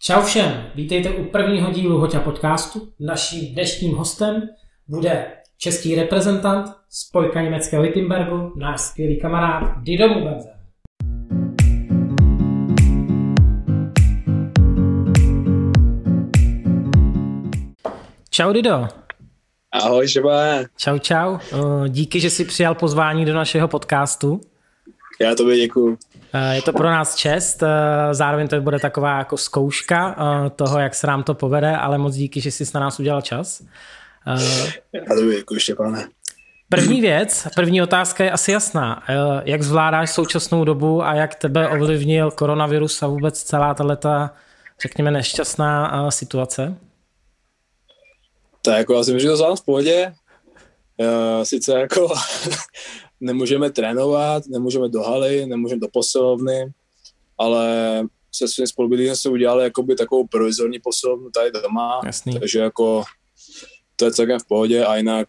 Čau všem, vítejte u prvního dílu Hoďa podcastu. Naším dnešním hostem bude český reprezentant spojka německého Wittenbergu, náš skvělý kamarád Dido Mubenzer. Čau Dido. Ahoj Šeba. Čau. Díky, že jsi přijal pozvání do našeho podcastu. Já tobě děkuju. Je to pro nás čest, zároveň to bude taková jako zkouška toho, jak se nám to povede, ale moc díky, že jsi na nás udělal čas. Já tobě děkuju, Štěpáne. První otázka je asi jasná. Jak zvládáš současnou dobu a jak tebe ovlivnil koronavirus a vůbec celá tato, řekněme, nešťastná situace? Tak jako já si myslím, že to zvládám v pohodě. Sice jako nemůžeme trénovat, nemůžeme do haly, nemůžeme do posilovny, ale se svým spolubydlíkem jsme udělali jakoby takovou provizorní posilovnu tady doma. Jasný. Takže jako to je celkem v pohodě a jinak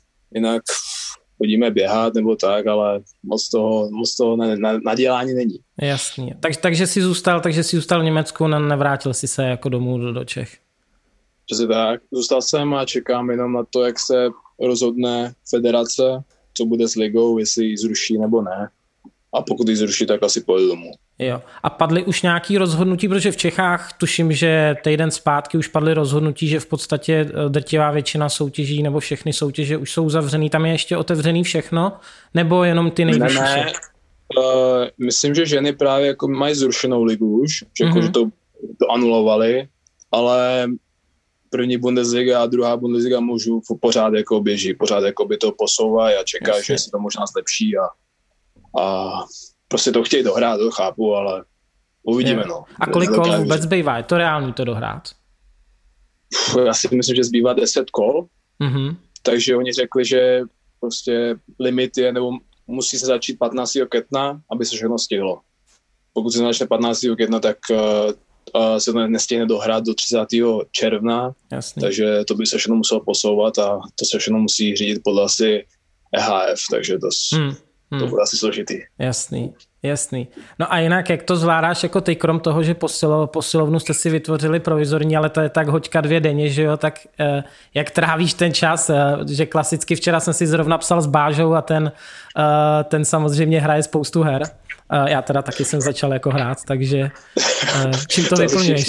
chodíme běhat nebo tak, ale moc toho na dělání není. Jasně. Takže jsi zůstal v Německu, nevrátil jsi se jako domů do Čech. Přesně tak. Zůstal jsem a čekám jenom na to, jak se rozhodne federace, co bude s ligou, jestli ji zruší nebo ne. A pokud ji zruší, tak asi pojedu domů. Jo. A padly už nějaké rozhodnutí, protože v Čechách tuším, že týden zpátky už padly rozhodnutí, že v podstatě drtivá většina soutěží nebo všechny soutěže už jsou zavřený. Tam je ještě otevřený všechno? Nebo jenom ty nejvyšší? Ne. Myslím, že ženy právě jako mají zrušenou ligu už, že, že to anulovali, ale první Bundesliga a druhá Bundesliga mužů pořád jako běží, pořád jako by to posouvají a čeká, že se to možná zlepší a prostě to chtějí dohrát, to chápu, ale uvidíme. No. A kolik kol vůbec zbývá? Je to reálný to dohrát? Já si myslím, že zbývá 10 kol, takže oni řekli, že prostě limit je, nebo musí se začít 15. května, aby se všechno stihlo. Pokud se začne 15. května, tak se to nestihne dohrát do 30. června, Jasný. Takže to by se všechno muselo posouvat a to se všechno musí řídit podle asi EHF, takže to bude asi složitý. Jasný. No a jinak, jak to zvládáš jako ty, krom toho, že posilovnu jste si vytvořili provizorní, ale to je tak hoďka 2 denně, že jo, tak jak trávíš ten čas, že klasicky včera jsem si zrovna psal s Bážou a ten samozřejmě hraje spoustu her. Já teda taky jsem začal jako hrát, takže čím to vyplňuješ?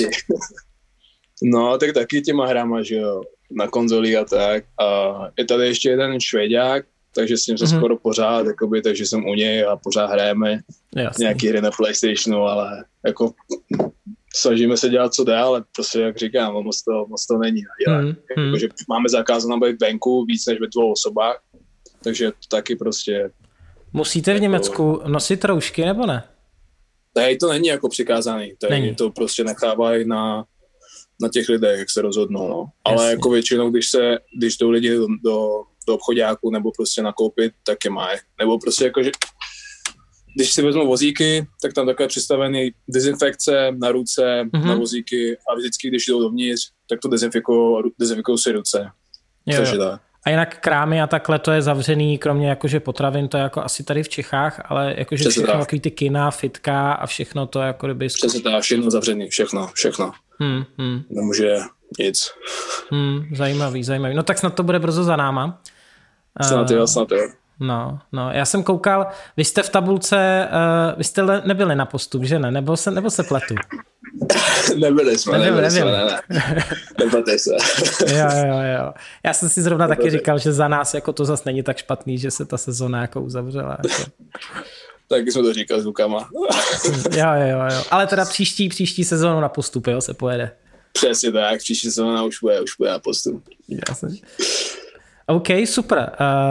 No, tak taky těma hrama, že jo, na konzolích a tak. A je tady ještě jeden Švéďák, takže s ním se skoro pořád, jakoby, takže jsem u něj a pořád hrajeme nějaký hry na PlayStationu, ale jako snažíme se dělat, co jde, ale prostě, jak říkám, moc to není. Jakože máme zakázané být venku víc než ve 2 osobách, takže to taky prostě. Musíte v Německu nosit roušky, nebo ne? Ne, to není jako přikázaný. To prostě nechávají na těch lidech, jak se rozhodnou. No. Ale jako většinou, když jdou lidi do obchodáku nebo prostě nakoupit, tak je mají. Nebo prostě jakože, když si vezmu vozíky, tak tam takové přistavené dezinfekce na ruce, na vozíky a vždycky, když jdou dovnitř, tak to dezinfikují si ruce. Takže tak. A jinak krámy a takhle to je zavřený, kromě jakože potravin, to je jako asi tady v Čechách, ale jakože všechno takový ty kina, fitka a všechno to jako kdyby... Přesně tak, všechno zavřený, všechno. Nemůže nic. Zajímavý. No tak snad to bude brzo za náma. Snad jo. No, já jsem koukal, vy jste v tabulce, vy jste nebyli na postup, že ne? Nebo se pletu? Nebyli jsme. Nepletej se. Jo. Já jsem si zrovna taky říkal, že za nás jako to zas není tak špatný, že se ta sezona jako uzavřela. Jako. Taky jsme to říkali s Lukama. Jo. Ale teda příští sezónu na postup, jo, se pojede. Přesně tak, příští sezóna už bude na postup. Jasně. OK, super.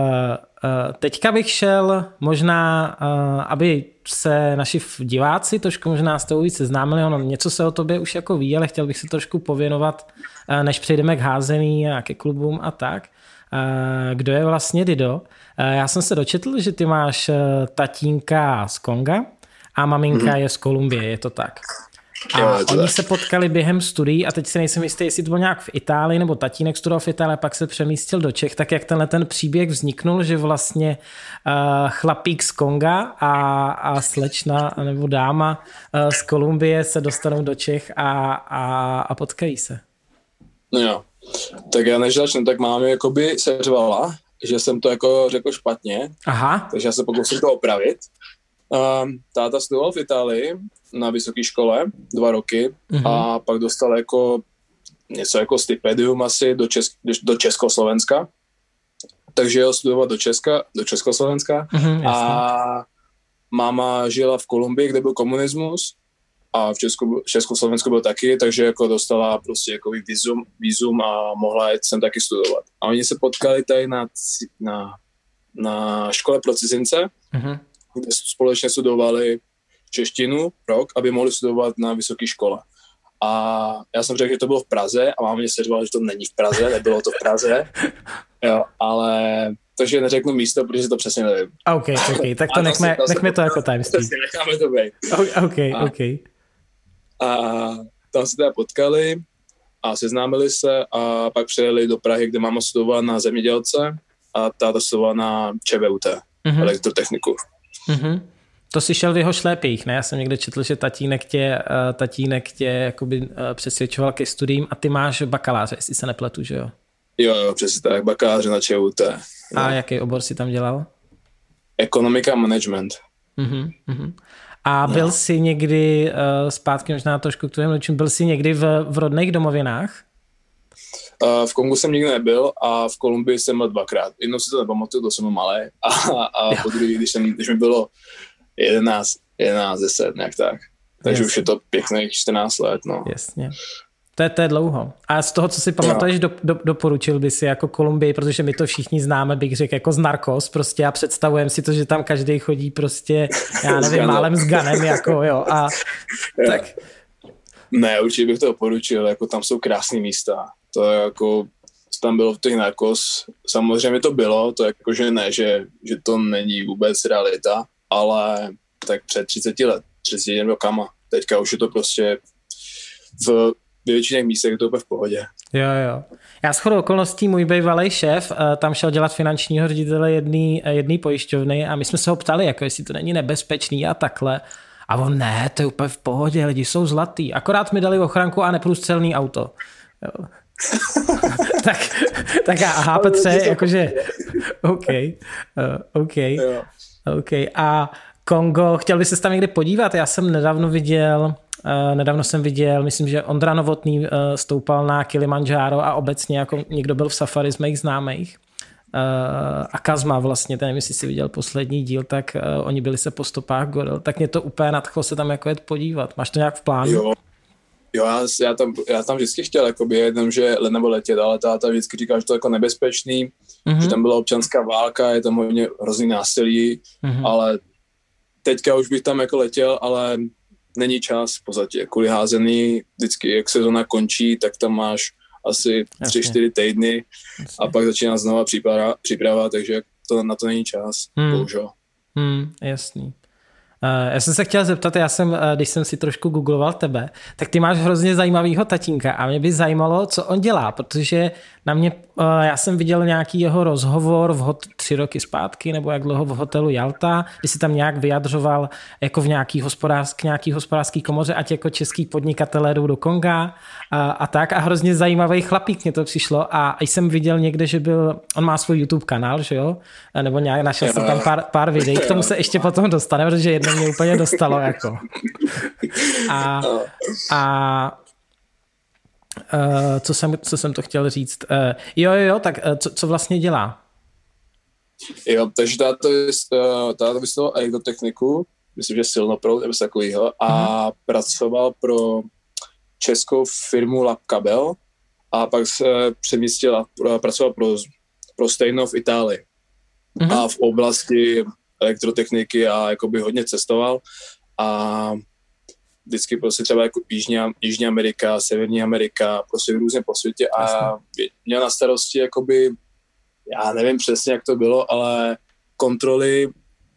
Teďka bych šel možná, aby se naši diváci trošku možná s tebou víc seznámili, ono něco se o tobě už jako ví, ale chtěl bych se trošku pověnovat, než přejdeme k házení a ke klubům a tak. Kdo je vlastně Dido? Já jsem se dočetl, že ty máš tatínka z Konga a maminka je z Kolumbie, je to tak? A oni se potkali během studií a teď si nejsem jistý, jestli to bylo nějak v Itálii, nebo tatínek studoval v Itálii, pak se přemístil do Čech, tak jak ten příběh vzniknul, že vlastně chlapík z Konga a slečna nebo dáma z Kolumbie se dostanou do Čech a potkají se. No jo, tak já než začnu, tak mámě jakoby seřvala, že jsem to jako řekl špatně. Aha. Takže já se pokusím to opravit. Táta studoval v Itálii na vysoké škole 2 roky a pak dostal jako něco jako stipendium asi do Československa. Takže jel studovat do Československa a máma žila v Kolumbii, kde byl komunismus a v Československu byl taky, takže jako dostala prostě jako vízum a mohla jít sem taky studovat. A oni se potkali tady na škole pro cizince, kde společně studovali češtinu rok, aby mohli studovat na vysoké škole. A já jsem řekl, že to bylo v Praze a máma mě seřvala, že to není v Praze, nebylo to v Praze. Jo, ale takže neřeknu místo, protože si to přesně nevím. OK, tak to nechme to jako tajemství. Přesně, necháme to být. OK. A tam se teda potkali a seznámili se a pak přijeli do Prahy, kde máma studovala na zemědělce a táta studovala na ČVUT, elektrotechniku. To jsi šel v jeho šlépích, ne? Já jsem někde četl, že tatínek tě jakoby přesvědčoval ke studiím a ty máš bakaláře, jestli se nepletu, že jo? Jo, přesně tak, bakaláře na ČVUT. A jaký obor jsi tam dělal? Ekonomika a management. A byl jsi někdy, zpátky možná trošku k tvojemu ročům, byl jsi někdy v rodných domovinách? V Kongu jsem nikdy nebyl a v Kolumbii jsem byl 2krát. Jednou si to nepamatuju, to jsem byl malý a po druhý, když mi bylo 11, 10, nějak tak. Takže už je to pěkných 14 let, no. Jasně. To je dlouho. A z toho, co si pamatuješ, doporučil by si jako Kolumbii, protože my to všichni známe, bych řekl, jako z Narcos prostě a představujeme si to, že tam každý chodí prostě, já nevím, málem s ganem, jako jo. A tak. Ne, určitě bych to doporučil, jako tam jsou krásné místa. To je jako, co tam bylo v těch Narcos, samozřejmě to bylo, to jako, že ne, že to není vůbec realita, ale tak před 30 rokama. Teďka už je to prostě v většině místech je to úplně v pohodě. Jo. Já shodou okolností, můj bývalý šéf tam šel dělat finančního ředitele jedné pojišťovny a my jsme se ho ptali, jako jestli to není nebezpečný a takhle. A on ne, to je úplně v pohodě, lidi jsou zlatý. Akorát mi dali ochranku a neprůstřelný auto. Jo. tak a Petře, jakože OK. A Kongo, chtěl bys se tam někde podívat? Já jsem nedávno jsem viděl, myslím, že Ondra Novotný stoupal na Kilimanjaro a obecně jako někdo byl v safari z mých známých. A Kazma vlastně, ten nevím, jestli jsi viděl poslední díl, tak oni byli se po stopách goril, tak mě to úplně nadchlo se tam jako jet podívat. Máš to nějak v plánu? Jo, já tam vždycky chtěl jakoby jenom, že nebo letět, ale táta vždycky říkal, že to je jako nebezpečný, že tam byla občanská válka, je tam hodně hrozný násilí, ale teďka už bych tam jako letěl, ale není čas v podstatě. Kvůli házený, vždycky jak sezona končí, tak tam máš asi 3-4 týdny a pak začíná znova příprava, takže na to není čas, bohužel. Jasný. Já jsem se chtěl zeptat, když jsem si trošku googloval tebe, tak ty máš hrozně zajímavýho tatínka a mě by zajímalo, co on dělá, protože já jsem viděl nějaký jeho rozhovor 3 roky zpátky, nebo jak dlouho v hotelu Jalta, kdy si tam nějak vyjadřoval jako v nějaký hospodářský komoře, ať jako český podnikatelé jdou do Konga a tak a hrozně zajímavý chlapík mě to přišlo a jsem viděl někde, že on má svůj YouTube kanál, že jo, nebo nějak našel jsem tam pár videí, k tomu se ještě potom dostaneme, protože jedno mě úplně dostalo jako. Co jsem to chtěl říct? Tak co vlastně dělá? Jo, takže táta vystudoval elektrotechniku, myslím, že Silnoproud, nebo takovýho, a pracoval pro českou firmu Labkabel a pak se přemístil a pracoval pro Stejno v Itálii. A v oblasti elektrotechniky a jakoby hodně cestoval a vždycky prostě třeba jako Jižní Amerika, Severní Amerika, prostě různě po světě a měl na starosti jakoby, já nevím přesně, jak to bylo, ale kontroly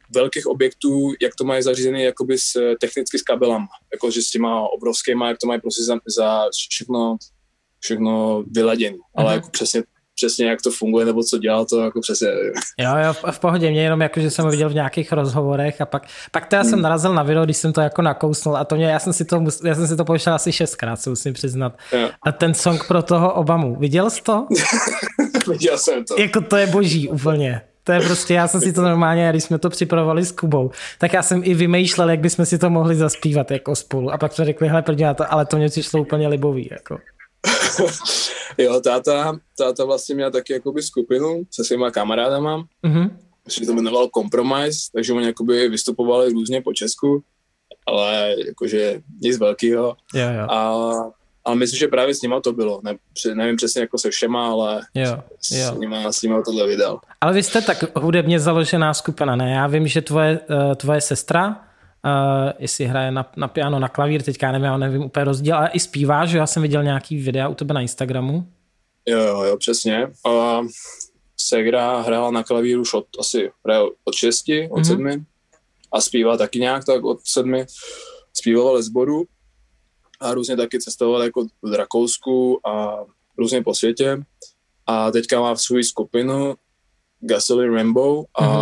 velkých objektů, jak to mají zařízené jakoby technicky s kabelama, jakože s těma obrovskýma, jak to mají prostě za všechno vyladěné, ale jako přesně jak to funguje, nebo co dělá, to jako přesně. Jo, v pohodě, mě jenom jako, že jsem ho viděl v nějakých rozhovorech a pak teda jsem narazil na video, když jsem to jako nakousnul a to já jsem si to pouštěl asi 6krát, se musím přiznat. Jo. A ten song pro toho Obamu, viděl jsi to? Viděl jsem to. Jako to je boží úplně. To je prostě, já jsem si to normálně, když jsme to připravovali s Kubou, tak já jsem i vymýšlel, jak bychom si to mohli zaspívat jako spolu. A pak jsme řekli, hele, prdě, ale to mě přišlo úplně libový, jako. Jo, táta vlastně měla taky jakoby skupinu se svýma kamarádama, že to jmenovalo Compromise, takže oni jakoby vystupovali různě po Česku, ale jakože nic velkýho. Jo. A myslím, že právě s nima to bylo, nevím přesně jako se všema, ale jo. S nima tohle vydal. Ale vy jste tak hudebně založená skupina, ne? Já vím, že tvoje sestra, jestli hraje na piano, na klavír, teďka nevím úplně rozdíl, ale i zpívá, že já jsem viděl nějaký videa u tebe na Instagramu. Jo, přesně. Segra hrála na klavíru už od 6, od 7 a zpívá taky nějak tak od 7. Zpívala ve sboru a různě taky cestovala jako v Rakousku a různě po světě a teďka má v svou skupinu Gasoline Rainbow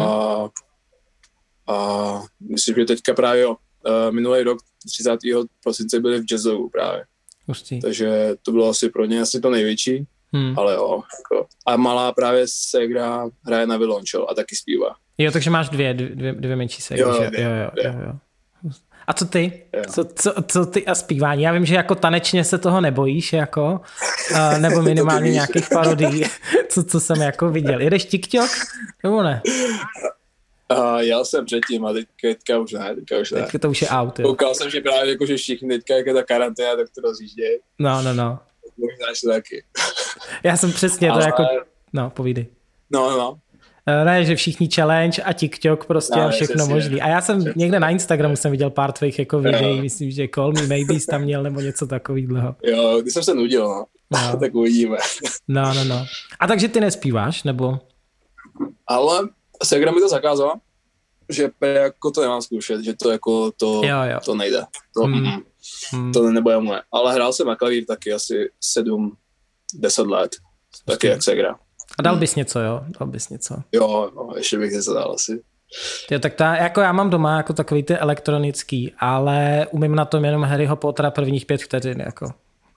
a myslím, že teďka právě minulý rok 30. prosince byli v jazzovu právě. Hustý. Takže to bylo asi pro ně asi to největší, ale jo. Jako. A malá právě segra hraje na violončelo a taky zpívá. Jo, takže máš dvě menší segry. Jo. A co ty? Co ty a zpívání? Já vím, že jako tanečně se toho nebojíš, jako, nebo minimálně nějakých parodií, co jsem jako viděl. Jedeš TikTok? Nebo ne? Jel jsem předtím a teďka už ne. Teďka to už je out, jo. Koukal jsem, že právě jako, že všichni teďka, jak je ta karanténa, tak to rozjíždějí. No. Možná ještě taky. Já jsem přesně to jako... No, povídej. No. Ne, že všichni challenge a TikTok prostě a všechno možný. A já jsem někde na Instagramu jsem viděl pár tvých jako videí, myslím, že Call Me Maybe tam měl nebo něco takového. Jo, když jsem se nudil, no. Tak uvidíme. No. A takže ty nespíváš, nebo? Ale segra mi to zakázala, že jako to nemám zkoušet, že to jako to nejde. To nebude moje. Ale hrál jsem na klavír taky asi 7-10 let. Taky jak segra. A dal bys něco, jo? Jo, ještě bych něco dal asi. Jo, tak jako já mám doma jako takový ty elektronický, ale umím na tom jenom Harryho Pottera prvních 5 vteřin, jako.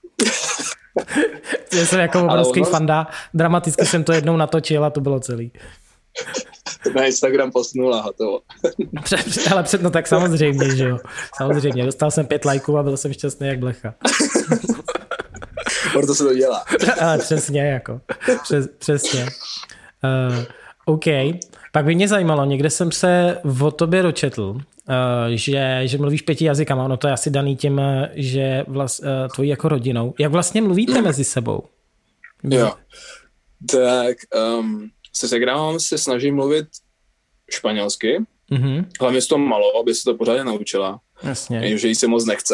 Já jsem jako obrovský fanda, dramaticky jsem to jednou natočil a to bylo celý. Na Instagram postnul a hotovo. Ale no tak samozřejmě, že jo. Samozřejmě, dostal jsem 5 lajků a byl jsem šťastný jak blecha. Proto se to dělá. Ale přesně, jako. Přesně. OK. Pak by mě zajímalo, někde jsem se o tobě dočetl, že mluvíš 5 jazykama. Ono to je asi daný tím, že tvojí jako rodinou. Jak vlastně mluvíte mezi sebou? Jo. Tak se segrávám, se snažím mluvit španělsky. Hlavně s tom malo, aby se to pořádně naučila. Jasně. Že jí se moc nechce.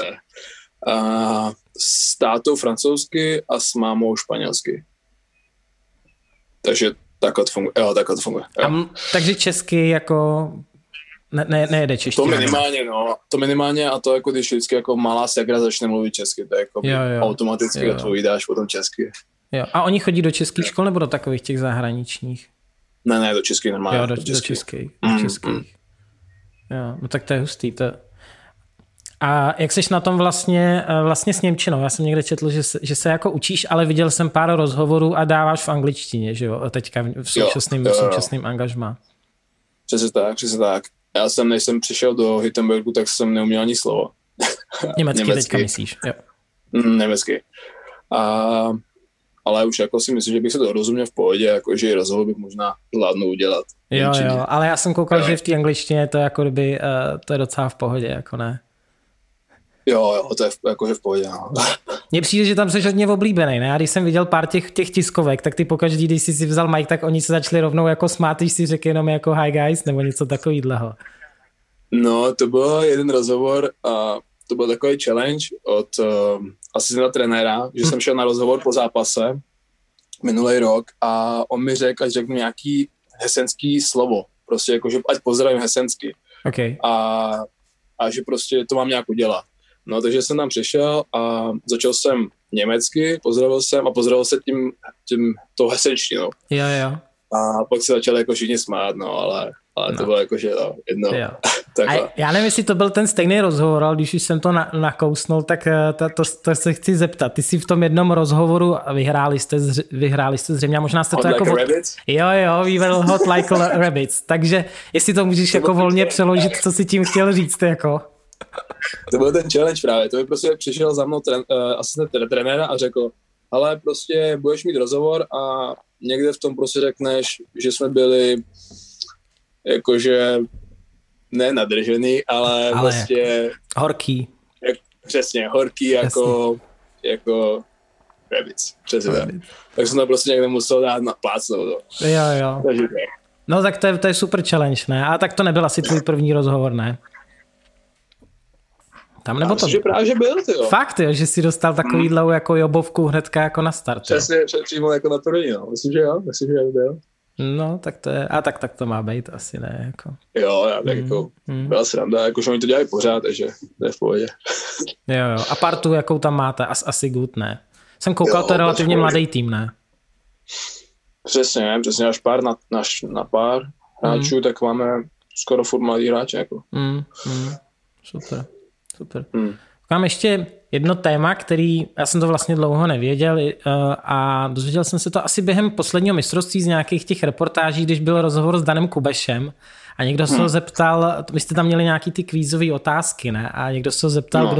S tátou francouzsky a s mámou španělsky. Takže takhle to funguje. Jo, takhle to funguje. Takže česky jako nejede češtinu. To minimálně a to jako když vždycky jako malá segra začne mluvit česky, to jako automaticky odpovídáš potom česky. Jo. A oni chodí do českých škol nebo do takových těch zahraničních? Ne, do českých normálně. Jo, do českých. Jo, no tak to je hustý. A jak seš na tom vlastně s němčinou? Já jsem někde četl, že se jako učíš, ale viděl jsem pár rozhovorů a dáváš v angličtině, že jo? Teďka v současným angažmá. Přesně tak. Já jsem, než jsem přišel do Hittenbergu, tak jsem neuměl ani slovo. Německy teďka myslíš, jo. Německy. Ale už jako si myslím, že bych se to rozuměl v pohodě, jako že i rozhovor bych možná zvládnu udělat. Jo, ale já jsem koukal, že v té angličtině to jako kdyby, to je docela v pohodě, jako ne. Jo, to je jakože v pohodě. No. Mně přijde, že tam jsi hodně oblíbený, ne? A když jsem viděl pár těch tiskovek, tak ty pokaždý, když jsi si vzal mic, tak oni se začali rovnou jako smát, když si řekl jenom jako hi guys, nebo něco takovýhleho. No, to byl jeden rozhovor a to byl takový challenge od asistenta trenéra, že jsem šel na rozhovor po zápase minulý rok a on mi řekl, ať řeknu nějaký hesenský slovo. prostě jakože ať pozdravím hesensky. Okay. A že prostě to mám nějak udělat. No, takže jsem tam přišel a začal jsem německy, pozdravil se tím tou hesenštinou. Jo. A pak se začali jako všichni smát, no, ale to bylo jako, že jedno. A já nevím, jestli to byl ten stejný rozhovor, ale když už jsem to nakousnul, tak to se chci zeptat. Ty jsi v tom jednom rozhovoru vyhráli jste zřejmě, možná jste to Hot jako... Like rabbits? Jo, we were hot like rabbits. Takže jestli to můžeš jako volně přeložit, co si tím chtěl říct, jako... To byl ten challenge právě, to by prostě přišel za mnou asistent trenéra a řekl, ale prostě budeš mít rozhovor a někde v tom prostě řekneš, že jsme byli jakože ne nadržený, ale prostě... Horký. Přesně, horký jako rabbits, přesně. Tak jsem to prostě někde musel dát na plácnout. Jo. No tak to je super challenge, ne? A tak to nebyl asi tvůj první rozhovor, ne? Tam nebo to... Že právě, že byl, tyjo. Fakt, jo, že jsi dostal takovýhle jako jobovku hnedka jako na start. Přesně, přímo jako na první, no. Myslím, že byl. No, tak to je, tak to má být asi, ne, jako. Jo, tak jako byla sranda, jakože oni to dělají pořád, takže to je v pohodě. Jo, a partu, jakou tam máte, asi good, ne? Jsem koukal, to je relativně mladý tým, ne? Přesně, až pár na pár hráčů, tak máme skoro furt mladý hráče, jako. Super. Mám ještě jedno téma, který, já jsem to vlastně dlouho nevěděl a dozvěděl jsem se to asi během posledního mistrovství z nějakých těch reportáží, když byl rozhovor s Danem Kubešem a někdo se ho zeptal, vy jste tam měli nějaký ty kvízové otázky, ne? A někdo se ho zeptal,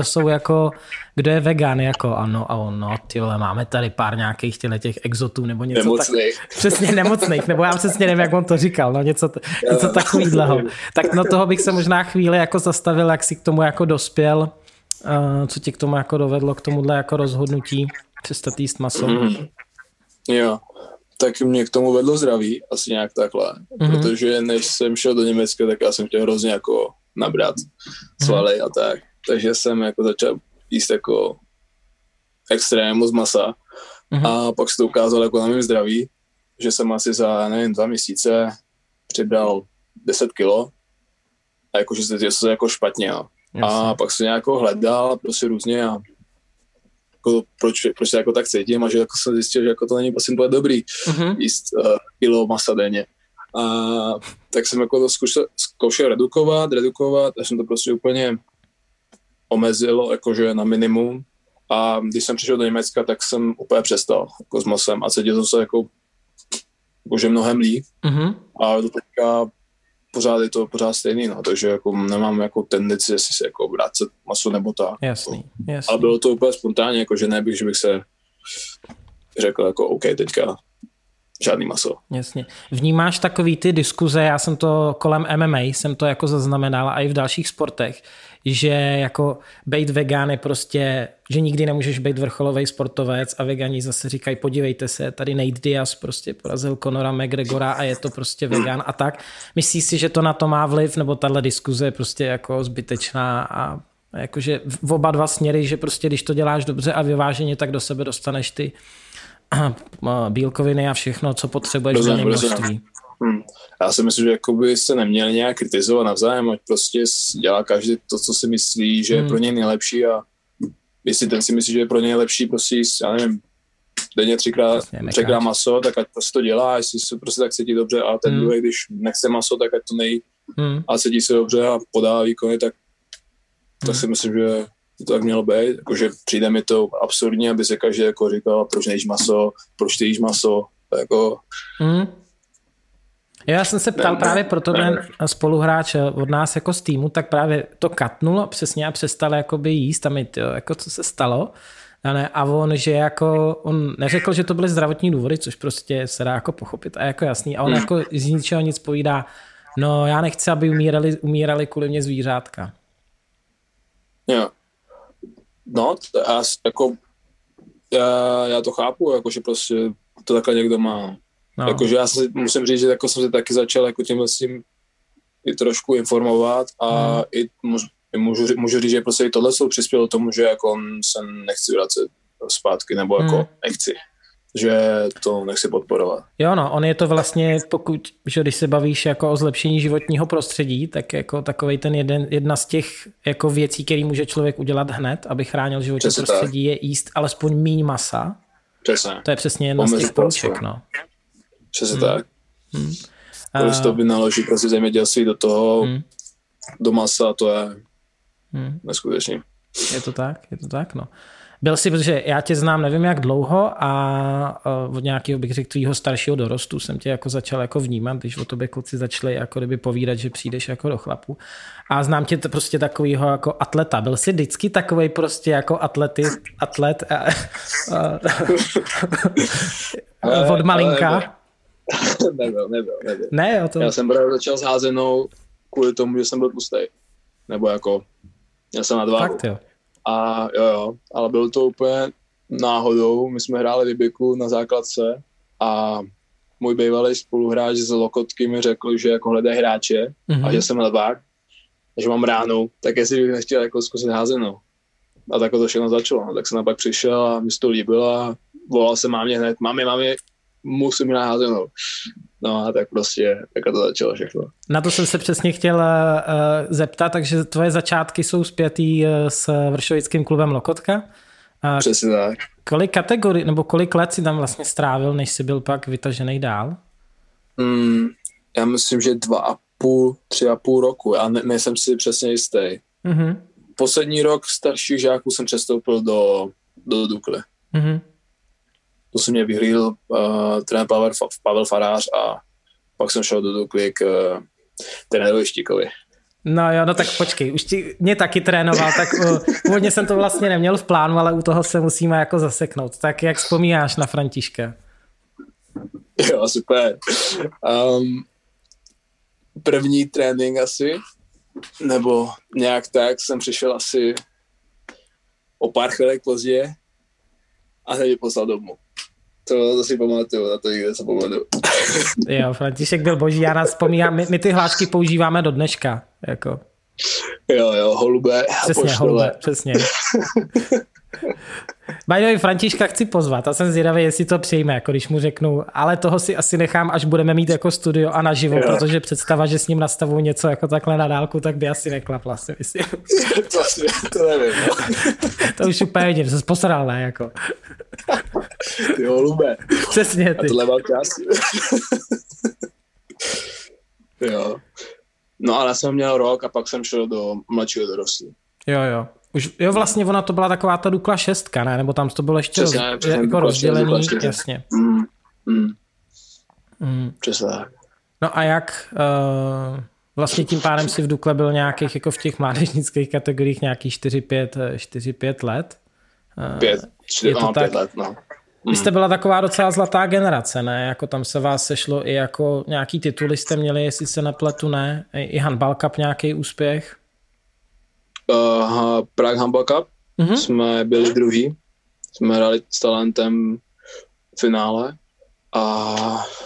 kdo je vegan, jako ano, a on, no ty vole, máme tady pár nějakých těch exotů nebo něco nemocných. Přesně nemocných, nebo já přesně nevím, jak on to říkal, no něco takovýhleho. Tak no toho bych se možná chvíli jako zastavil, jak si k tomu jako dospěl, co tě k tomu jako dovedlo, k tomuhle jako rozhodnutí přestat jíst maso? Jo, tak mě k tomu vedlo zdraví, asi nějak takhle, protože než jsem šel do Německa, tak já jsem chtěl hrozně jako nabrat svaly a tak, takže jsem jako začal jíst jako extrémně moc masa a pak se to ukázalo jako na mém zdraví, že jsem asi za, 2 měsíce přibral 10 kilo a jakože to se jako špatně, no. A pak se nějak hledal prostě různě a jako, proč se jako tak cítím a že jako jsem zjistil, že jako to není prostě úplně dobrý jíst kilo masa denně. A tak jsem jako to zkoušel redukovat a jsem to prostě úplně omezil jakože na minimum a když jsem přišel do Německa, tak jsem úplně přestal jako s masem a cítil jsem se jakože mnohem líp a do teďka pořád je to pořád stejný, no, takže jako nemám jako tendenci, jestli se jako vrátit maso nebo tak. Jasný. Ale bylo to úplně spontánně, jako že že bych se řekl jako OK, teďka žádný maso. Jasně. Vnímáš takový ty diskuze, já jsem to kolem MMA, jsem to jako zaznamenala a i v dalších sportech, že jako bejt vegán je prostě, že nikdy nemůžeš být vrcholový sportovec a vegani zase říkají, podívejte se, tady Nate Diaz prostě porazil Conora McGregora a je to prostě vegán a tak. Myslíš si, že to na to má vliv, nebo tahle diskuze je prostě jako zbytečná a jakože v oba dva směry, že prostě když to děláš dobře a vyváženě, tak do sebe dostaneš ty bílkoviny a všechno, co potřebuješ v daném množství. Já si myslím, že jakoby se neměli nějak kritizovat navzájem, ať prostě dělá každý to, co si myslí, že je pro něj nejlepší a jestli ten si myslí, že je pro něj lepší, prostě já nevím, denně 3x maso, tak ať prostě to dělá, jestli se prostě tak cítí dobře a ten druhý, když nechce maso, tak ať to nejí a cítí se dobře a podá výkony, tak si myslím, že to tak mělo být, jakože přijde mi to absurdní, aby se každý jako říkal, proč nejíš maso, proč ty jíš maso, jako... Já jsem se ptal právě proto ten spoluhráč od nás jako z týmu, tak právě to katnul přesně a přestal jakoby jíst a mi jako co se stalo. A on, že jako, on neřekl, že to byly zdravotní důvody, což prostě se dá jako pochopit a jako jasný. A on jako z ničeho nic povídá, no já nechci, aby umírali kvůli mě zvířátka. Jo. No, já to chápu, jako, že prostě to takhle někdo má. No. Jakože já musím říct, že jako jsem se taky začal jako tímhle s tím i trošku informovat a i můžu říct, že prostě i tohle přispělo tomu, že jako se nechci vracet zpátky, nebo jako nechci. že to nechci podporovat. Jo, no, on je to vlastně, pokud, že když se bavíš jako o zlepšení životního prostředí, tak jako takovej ten jedna z těch jako věcí, který může člověk udělat hned, aby chránil životní prostředí, je jíst alespoň míň masa. Přesně. To je přesně jedna z těch pouček, no. Přesně tak. Když to vynaloží prostě zemědělství do toho, do masa, to je neskutečný. Je to tak, no. Byl jsi, protože já tě znám nevím jak dlouho a od nějakého, bych řekl, tvýho staršího dorostu jsem tě jako začal jako vnímat, když o tobě kluci začali jako kdyby povídat, že přijdeš jako do chlapu. A znám tě prostě takovýho jako atleta. Byl jsi vždycky takovej prostě jako atlet od malinka? Nebyl. Ne, jo, to... Já jsem právě začal s házenou kvůli tomu, že jsem byl tlustej. Nebo jako, já jsem na váhu. Fakt jo. A jo, ale bylo to úplně náhodou. My jsme hráli Libiku na základce a můj bývalý spoluhráč z Lokotky mi řekl, že jako hledají hráče a že jsem levák, že mám ránu, tak jestli bych nechtěl jako zkusit házenou. A tak to všechno začalo. No. Tak jsem pak přišel a mi to líbilo a volal jsem mámě hned, mami, musím hrát házenou. No a tak prostě tak to začalo všechno. Na to jsem se přesně chtěl zeptat, takže tvoje začátky jsou spjatý s vršovickým klubem Lokotka. Přesně tak. Kolik kategorií, nebo kolik let si tam vlastně strávil, než jsi byl pak vytažený dál? Já myslím, že 3,5 roku. Já nejsem si přesně jistý. Poslední rok starších žáků jsem přestoupil do Dukly. To jsem mě vyhlídl trenér Pavel Farář a pak jsem šel do Dukly k trenérovi Štíkovi. No jo, no tak počkej, už mě taky trénoval, tak původně jsem to vlastně neměl v plánu, ale u toho se musíme jako zaseknout. Tak jak vzpomínáš na Františka? Jo, super. První trénink asi, nebo nějak tak, jsem přišel asi o pár chvílek později a hned mě poslal domů. To si pamatuju, na to nikde se pamatuju. Jo, František byl boží, já nás vzpomínám, my ty hlášky používáme do dneška. Jako. Jo, holube. Přesně, holube, přesně. By the way, Františka chci pozvat a jsem zvědavý, jestli to přijme, jako když mu řeknu, ale toho si asi nechám, až budeme mít jako studio a naživo, protože představa, že s ním nastavuju něco jako takhle na dálku, tak by asi neklapla, si myslím. To nevím. No. To už úplně vidím, se posral, ne, jako. Ty holube. Přesně, ty. A tohle mám čas. Jo. No ale já jsem měl rok a pak jsem šel do mladšího dorostu. Jo. Jo, vlastně ona to byla taková ta Dukla 6, ne? Nebo tam to bylo ještě jako rozdělený, jasně. Přesně tak. No a jak vlastně tím pádem si v Dukle byl nějakých, jako v těch mládežnických kategoriích nějakých 4-5 let? 5 let, no. Vy jste byla taková docela zlatá generace, ne? Jako tam se vás sešlo i jako nějaký tituly jste měli, jestli se nepletu, ne? I Handball Cup nějaký úspěch? Prague Handball Cup. Jsme byli druhý. Jsme hráli s Talentem v finále. A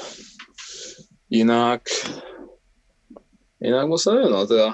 jinak moc nevím, no teda.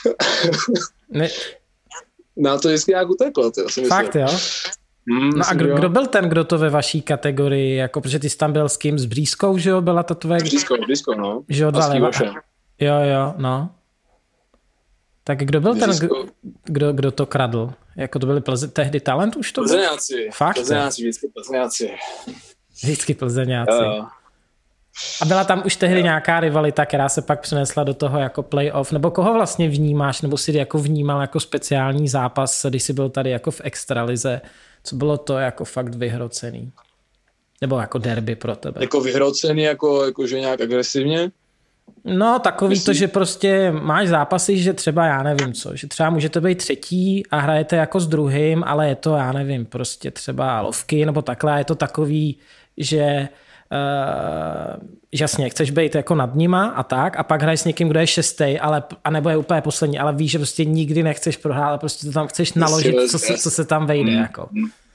Na to vždycky nějak uteklo, teda, si myslím. Fakt, jo? No a kdo byl ten, kdo to ve vaší kategorii, jako, protože ty jsi tam byl s kým? S Břískou, že jo? Byla to tvoje... Břískou, no. Že jo, jo, no. Tak kdo byl ten, kdo to kradl? Jako to byli tehdy Talent už to byl? Plzeňáci. Fakt? Vždycky Plzeňáci. Vždycky Plzeňáci. Jo. A byla tam už tehdy nějaká rivalita, která se pak přenesla do toho jako playoff, nebo koho vlastně vnímáš, nebo si jako vnímal jako speciální zápas, když jsi byl tady jako v extralize, co bylo to jako fakt vyhrocený? Nebo jako derby pro tebe? Jako vyhrocený, jako že nějak agresivně? No takový to, že prostě máš zápasy, že třeba já nevím co, že třeba můžete být třetí a hrajete jako s druhým, ale je to já nevím, prostě třeba lovky nebo takhle a je to takový, že jasně, chceš být jako nad nima a tak a pak hraješ s někým, kdo je šestý, a nebo je úplně poslední, ale víš, že prostě nikdy nechceš prohrát, ale prostě to tam chceš naložit, co se tam vejde. Jako.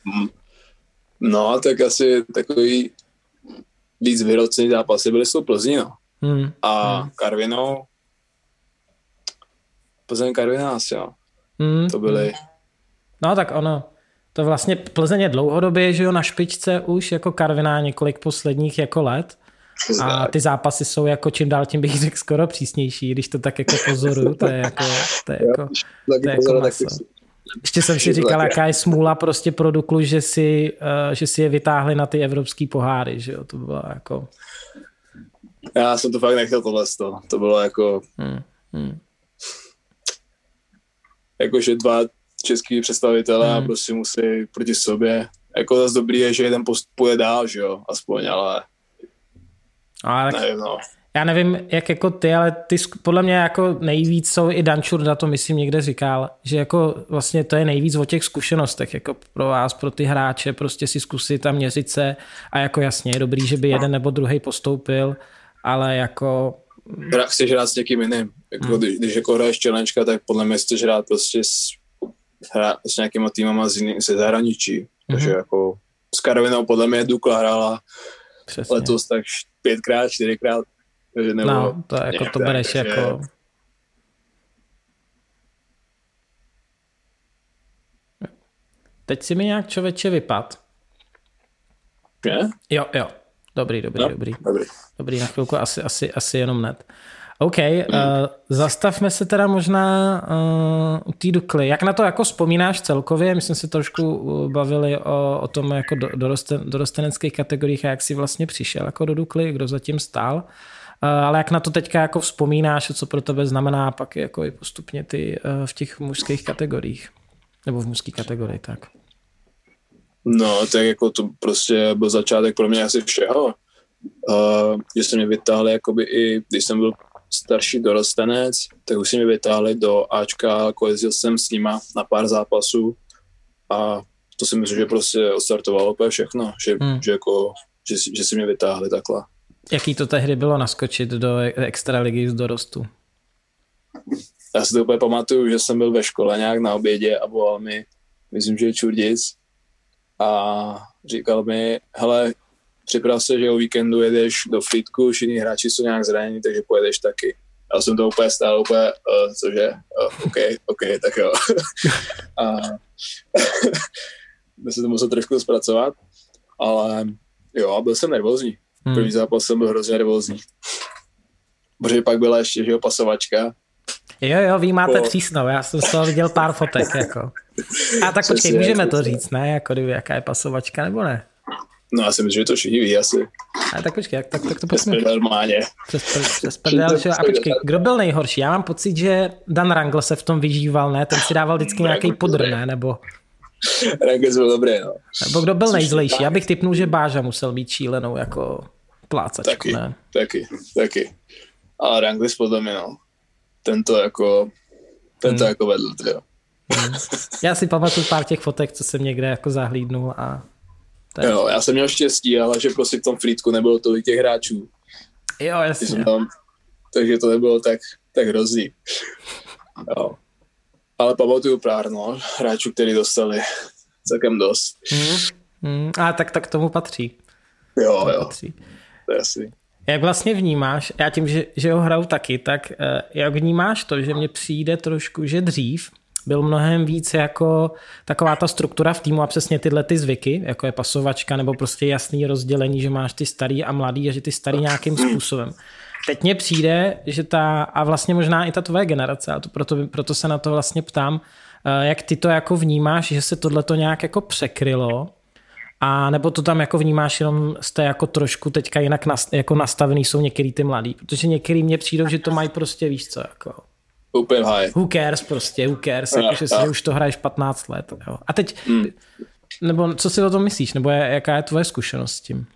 No, tak asi takový víc vyhrocený zápasy byly s tou Plzní, no. Karvinou Plzeň Karviná asi, jo. To byly... No tak ono, To vlastně Plzeň je dlouhodobě, že jo, na špičce už jako Karviná několik posledních jako let. A ty zápasy jsou jako čím dál tím bych řekl skoro přísnější, když to tak jako pozoruju, to je jako masa. Ještě jsem si říkal, jaká je smůla prostě pro Duklu, že si je vytáhli na ty evropský poháry, že jo, to bylo jako... Já jsem to fakt nechtěl tohle, to bylo jako... Jakože dva český představitelé a prostě musí proti sobě. Jako zase dobrý je, že jeden postupuje dál, že jo, aspoň, ale nevím, no. Já nevím, jak jako ty, ale ty podle mě jako nejvíc jsou i Dan Čurda, to myslím někde říkal, že jako vlastně to je nejvíc o těch zkušenostech, jako pro vás, pro ty hráče, prostě si zkusit a měřit se a jako jasně je dobrý, že by jeden nebo druhý postoupil, ale jako... Chceš hrát s někým jiným, jako když jako hraješ challengeka, tak podle mě chceš hrát prostě s nějakýma týmama ze zahraničí, takže jako s Karvinou podle mě Dukla hrála přesně. Letos tak 5x, 4x, takže nebo... No, to jako to bereš jako... Teď si mi nějak člověče vypad. Je? Jo. Dobrý. Dobrý, na chvilku asi jenom net. OK, zastavme se teda možná u té Dukly. Jak na to jako vzpomínáš celkově? My jsme se trošku bavili o tom jako dorosteneckých kategoriích a jak jsi vlastně přišel jako do Dukly, kdo zatím stál. Ale jak na to teďka jako vzpomínáš, co pro tebe znamená pak jako i postupně ty v těch mužských kategoriích? Nebo v mužské kategorii, tak. No, tak jako to prostě byl začátek pro mě asi všeho. Že se mě vytáhli jakoby i, když jsem byl starší dorostenec, tak už si mě vytáhli do Ačka, jako jezdil jsem s nima na pár zápasů a to si myslím, že prostě odstartovalo úplně všechno, že si mě vytáhli takhle. Jaký to tehdy bylo naskočit do extraligy z dorostu? Já si to úplně pamatuju, že jsem byl ve škole nějak na obědě a volal mi, myslím, že je Čurdic a říkal mi, hele, připrav se, že o víkendu jedeš do Frýdku, všichni hráči jsou nějak zranění, takže pojedeš taky. Já jsem to úplně stál, cože? OK, tak jo. A se to musel trošku zpracovat, ale jo, byl jsem nervózní. První zápas jsem byl hrozně nervózní. Protože pak byla ještě, že jo, pasovačka. Jo, vy máte přísnou, já jsem z toho viděl pár fotek, jako. A tak počkej, můžeme to říct, ne? Jako kdyby, jaká je pasovačka, nebo ne? No já si myslím, že to všichni ví asi. A tak počkej, tak to pojďme. Normálně. Přes prdel, a počkej, kdo byl nejhorší? Já mám pocit, že Dan Rangel se v tom vyžíval, ne? Ten si dával vždycky nějaký podr, ne? Nebo... Rangel byl dobrý, no. Nebo kdo byl nejzlejší? Já bych tipnul, že Báža musel být šílenou jako plácačku, ne? Taky. Ale Rangel podle mě, no. Tento jako vedl, jo. Já si pamatuju pár těch fotek, co jsem někde jako zahlídnul a... Jo, já jsem měl štěstí, ale že prostě v tom Frýdku nebylo tolik těch hráčů. Jo, jasně. Takže to nebylo tak hrozný. Jo. Ale pamatuju pár, no, hráčů, který dostali celkem dost. A tak tomu patří. Jo. Patří. To je asi. Jak vlastně vnímáš, já tím, že ho hraju taky, tak jak vnímáš to, že mně přijde trošku, že dřív byl mnohem víc jako taková ta struktura v týmu a přesně tyhle ty zvyky, jako je pasovačka nebo prostě jasný rozdělení, že máš ty starý a mladý a že ty starý nějakým způsobem. Teď mně přijde, že a vlastně možná i ta tvoje generace, a proto se na to vlastně ptám, jak ty to jako vnímáš, že se tohleto nějak jako překrylo, a nebo to tam jako vnímáš jenom jste jako trošku teďka jinak jako nastavený jsou některý ty mladý, protože některý mně přijdou, že to mají prostě víš co, jako úplně high. Who cares, jakože si už to hraješ 15 let. Jo. A teď, nebo co si o tom myslíš, nebo jaká je tvoje zkušenost s tím?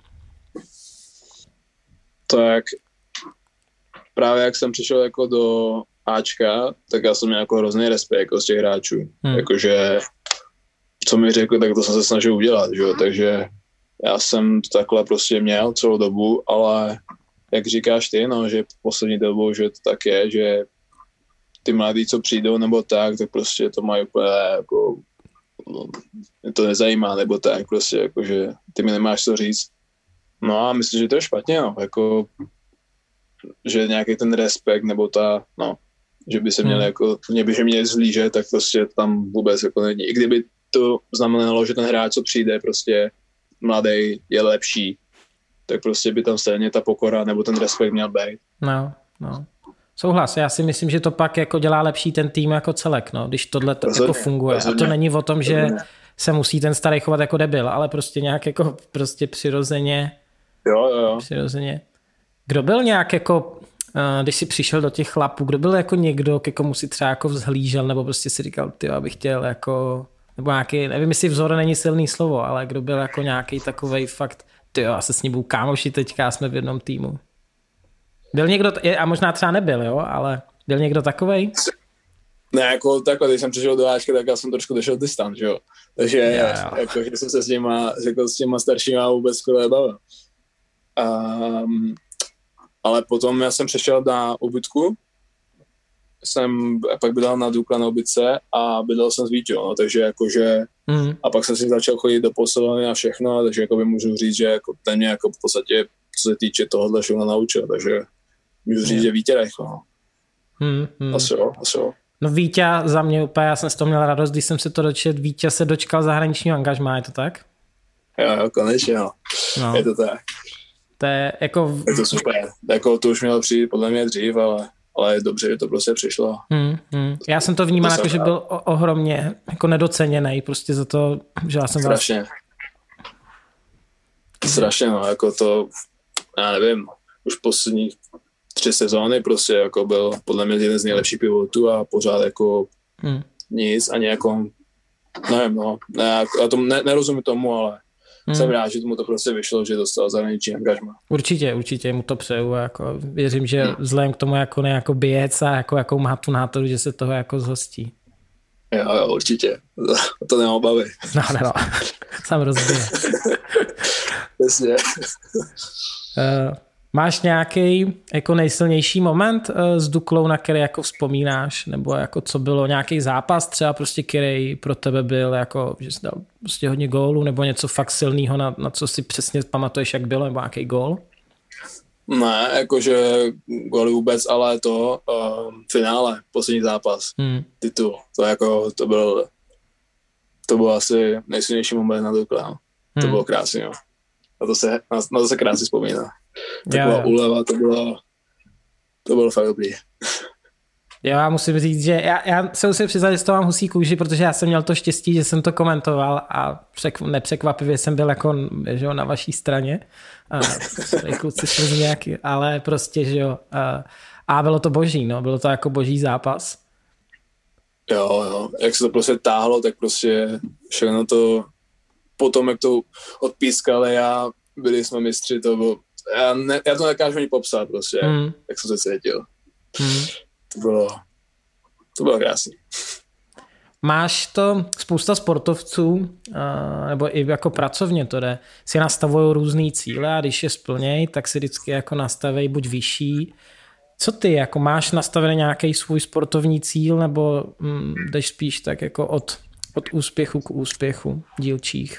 Tak právě jak jsem přišel jako do Ačka, tak já jsem měl jako hrozný respekt jako z těch hráčů. Jakože co mi řekli, tak to jsem se snažil udělat, že jo? Takže já jsem to takhle prostě měl celou dobu, ale jak říkáš ty, no, že poslední dobou, že to tak je, že ty mladí, co přijdou nebo tak prostě to mají úplně jako, no, mě to nezajímá nebo tak prostě, jako, že ty mi nemáš co říct. No a myslím, že to je špatně, no, jako, že nějaký ten respekt nebo že by se měli jako, že měli zhlížet, tak prostě tam vůbec jako není. I kdyby to znamenalo, že ten hráč, co přijde, prostě mladý, je lepší, tak prostě by tam stejně ta pokora nebo ten respekt měl být. No. Souhlas, já si myslím, že to pak jako dělá lepší ten tým jako celek, no, když tohle jako funguje. A to není o tom, že se musí ten starý chovat jako debil, ale prostě nějak jako prostě přirozeně. Jo. Přirozeně. Kdo byl nějak jako, když jsi přišel do těch chlapů, kdo byl jako někdo, ke komu si třeba jako vzhlížel, nebo prostě si říkal, ty, abych chtěl jako, nebo nějaký, nevím, jestli vzor není silný slovo, ale kdo byl jako nějaký takovej fakt, ty, já se s ním budu kámoši, teďka jsme v jednom týmu. Byl někdo, a možná třeba nebyl, jo, ale byl někdo takovej? Ne, jako takhle, když jsem přišel do Ačka, tak já jsem trošku došel distant, že jo. Takže jako, že jsem se s těma staršíma vůbec skoro bavil. Ale potom já jsem přešel na ubytku, pak bydlel na Dukle na ubytce a bydlel jsem s Víťou, no, takže jakože a pak jsem si začal chodit do posilovny a všechno, takže jako by můžu říct, že jako ten mě jako v podstatě, co se týče tohohle všechno naučil, takže můžu říct, že Vítě Rejcho, no. Asi jo. No Vítě za mě úplně, já jsem z toho měl radost, když jsem se to dočet, Vítě se dočkal zahraničního angažmá, je to tak? Jo, konečně, no. Je to tak. To je jako... Je to super, jako to už mělo přijít podle mě dřív, ale je dobře, že to prostě přišlo. Já jsem to vnímal jako, že byl ohromně jako nedoceněný, prostě za to, že já jsem Strašně, no, jako to, já nevím, už posledních 3 sezóny prostě jako byl podle mě jeden z nejlepších pivotů a pořád jako nic, ani jako, nevím, no, já to nerozumím tomu, ale jsem rád, že mu to prostě vyšlo, že dostal zahraniční angažmá. Určitě mu to přeju, jako věřím, že vzhledem k tomu jako bijec a jako má tu nátoru, že se toho jako zhostí. Jo, určitě. To nemám obavy. No. Sám rozbije. Přesně. Máš nějaký jako nejsilnější moment s Duklou, na který jako vzpomínáš, nebo jako co bylo nějaký zápas třeba prostě, který pro tebe byl jako, že jsi dal prostě hodně gólů, nebo něco fakt silného, na co si přesně pamatuješ, jak bylo, nebo nějaký gól? Ne, jakože góly vůbec, ale to finále, poslední zápas, titul, to byl asi nejsilnější moment na Dukle, no. To bylo krásný, jo. Na to se krásně vzpomíná. Taková úleva, to bylo fakt dobrý. Já musím říct, že já se musím přiznat, že z toho mám husí kůži, protože já jsem měl to štěstí, že jsem to komentoval a nepřekvapivě jsem byl jako, že jo, na vaší straně. Kluci z nějaký, ale prostě, že jo. A bylo to boží, no, bylo to jako boží zápas. Jo, jak se to prostě táhlo, tak prostě všechno to, potom jak to odpískali a byli jsme mistři, to bylo, já to nekážu ani popsat prostě, jak jsem se cítil. To bylo krásný. Máš to, spousta sportovců, nebo i jako pracovně to jde, si nastavují různý cíle a když je splněj, tak si vždycky jako nastavejí buď vyšší. Co ty, jako máš nastavený nějaký svůj sportovní cíl, nebo jdeš spíš tak jako od úspěchu k úspěchu dílčích?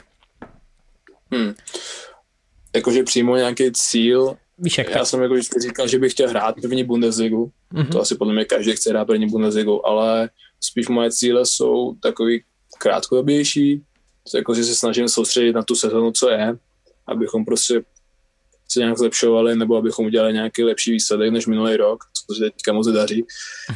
Jakože přímo nějaký cíl. Víš, já jsem jako vždycky říkal, že bych chtěl hrát první Bundesligu. To asi podle mě každý chce hrát první Bundesligu, ale spíš moje cíle jsou takový krátkodobější. Jako, že se snažím soustředit na tu sezonu, co je, abychom prostě se nějak zlepšovali, nebo abychom udělali nějaký lepší výsledek než minulý rok, což teďka moc daří.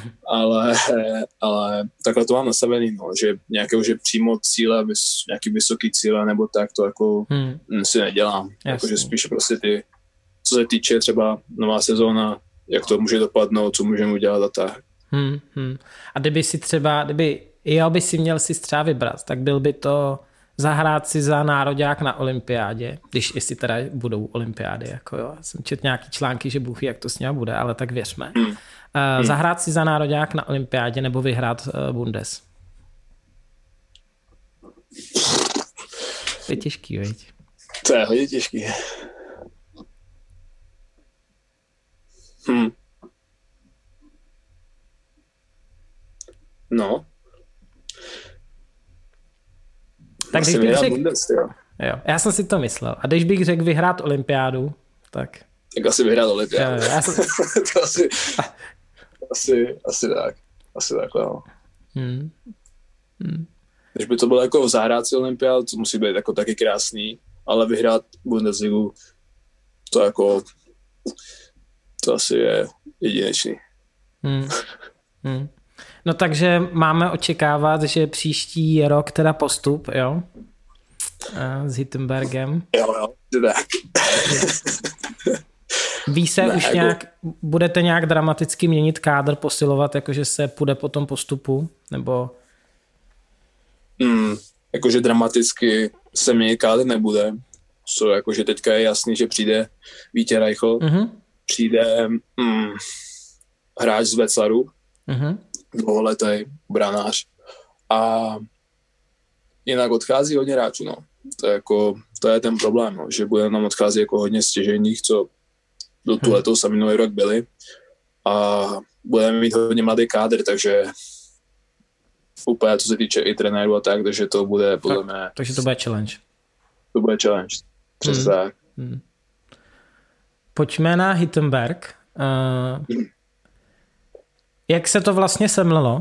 Ale takhle to mám nastavený, no, že nějakého, že přímo cíle, nějaký vysoký cíle, nebo tak, to jako si nedělám. Jakože spíš prostě ty, co se týče třeba nová sezóna, jak to může dopadnout, co můžeme udělat a tak. A kdyby si měl si třeba vybrat, tak byl by to zahrát si za nároďák na olympiádě, jestli teda budou olympiády, jako jo. Jsem četl nějaký články, že Bůh ví, jak to s ním bude, ale tak věřme. Zahrát si za nároďák na olympiádě nebo vyhrát Bundes? To je těžký, viď? To je hodně těžký. No. Tak když bych řekl... Jo, já jsem si to myslel. A když bych řekl vyhrát olympiádu, tak... Tak asi vyhrát olympiádu. Jo, to asi tak. Asi tak, no. Když by to bylo jako zahrát si olympiádu, to musí být jako taky krásný, ale vyhrát Bundesligu, to jako, to asi je jedinečný. No takže máme očekávat, že příští rok teda postup, jo? S Hittenbergem. Jo, tak. Ví se už jako... nějak, budete nějak dramaticky měnit kádr, posilovat, jakože se půjde po tom postupu, nebo... Jakože dramaticky se měnit kádr nebude. So, jakože teďka je jasný, že přijde Vítě Reichl, přijde hráč z Wetzlaru, dlouholetý branář. A jinak odchází hodně hráčů, no. To je ten problém, no, že bude nám odcházet jako hodně stěžejních, co do tu letos a minulý rok byli. A budeme mít hodně mladý kádr, takže úplně, co se týče i trenérů a tak, takže to bude podle mě... Takže to bude challenge. To bude challenge, přesně tak. Pojďme na Hittenberg. Jak se to vlastně semlelo?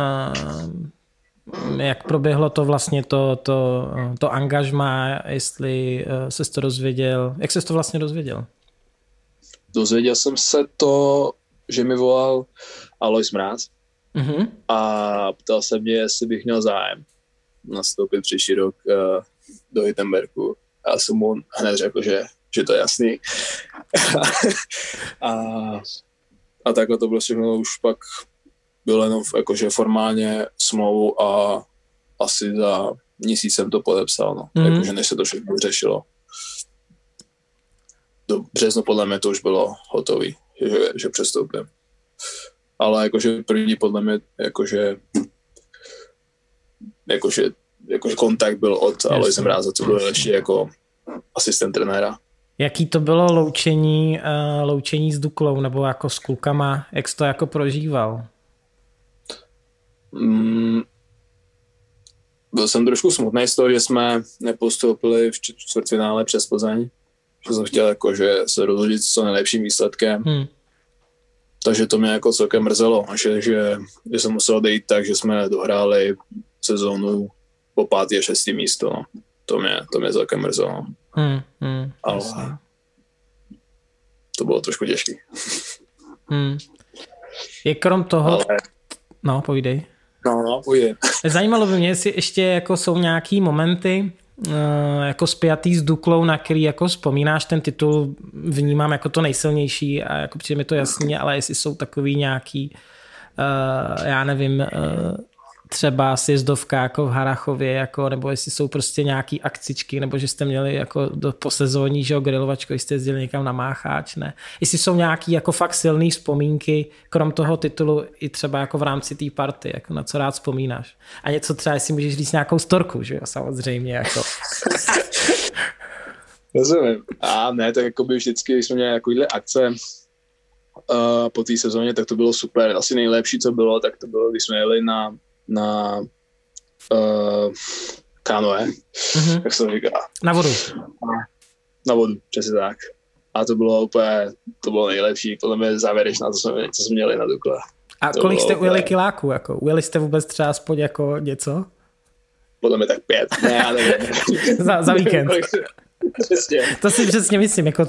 Jak proběhlo to vlastně to angažmá, jestli ses to dozvěděl? Jak ses to vlastně dozvěděl? Dozvěděl jsem se to, že mi volal Alois Mráz a ptal se mě, jestli bych měl zájem nastoupit příští rok do Hittenbergu. A já jsem mu hned řekl, že to je jasný. a takhle to bylo všechno, už pak bylo jenom jakože formálně smlouvu a asi za měsíc jsem to podepsal, no. Jakože než se to všechno řešilo. Do březnu podle mě to už bylo hotový, že přestoupím. Ale jakože první podle mě jakože kontakt byl od Aloise Mráze, co byl ještě jako asistent trenéra. Jaký to bylo loučení s Duklou nebo jako s klukama, jak jsi to jako prožíval? Byl jsem trošku smutný z toho, že jsme nepostoupili v čtvrtfinále přes Plzeň, že jsem chtěl jakože se rozhodit s co nejlepším výsledkem. Takže to mě jako celkem mrzelo, že jsem musel odejít tak, že jsme dohráli sezónu po 5. a 6. místo. No. To mě celkem mrzelo. Ale to bylo trošku těžký. Je krom toho... Ale... No, povídej. No, povídej. Zajímalo by mě, jestli ještě jako jsou nějaký momenty jako spjatý s Duklou, na který jako vzpomínáš, ten titul vnímám jako to nejsilnější a jako přijde mi to jasně, ale jestli jsou takový nějaký já nevím, třeba sjezdovka jako v Harrachově, jako, nebo jestli jsou prostě nějaký akcičky, nebo že jste měli jako po sezóní, že jo, grilovačko, jste jezdili někam na Mácháč, ne? Jestli jsou nějaký jako fakt silný vzpomínky, krom toho titulu i třeba jako v rámci té party, jako na co rád vzpomínáš. A něco třeba, jestli můžeš říct nějakou storku, že jo, samozřejmě, jako. Rozumím. A ne, tak jako by vždycky, když jsme měli takovýhle akce po té sezóně, tak to bylo super. Asi nejlepší, co bylo, tak to bylo, když jsme jeli na kanoe, jak se to říká. Na vodu. Na vodu, přesně tak. A to bylo úplně, to bylo nejlepší, podle mě závěrečná, co jsme měli na Dukle. A to kolik jste ujeli kiláků? Jako? Ujeli jste vůbec třeba aspoň jako něco? Podle mě tak 5. Ne, já nevím. za víkend. Přesně. To si přesně myslím. Jako...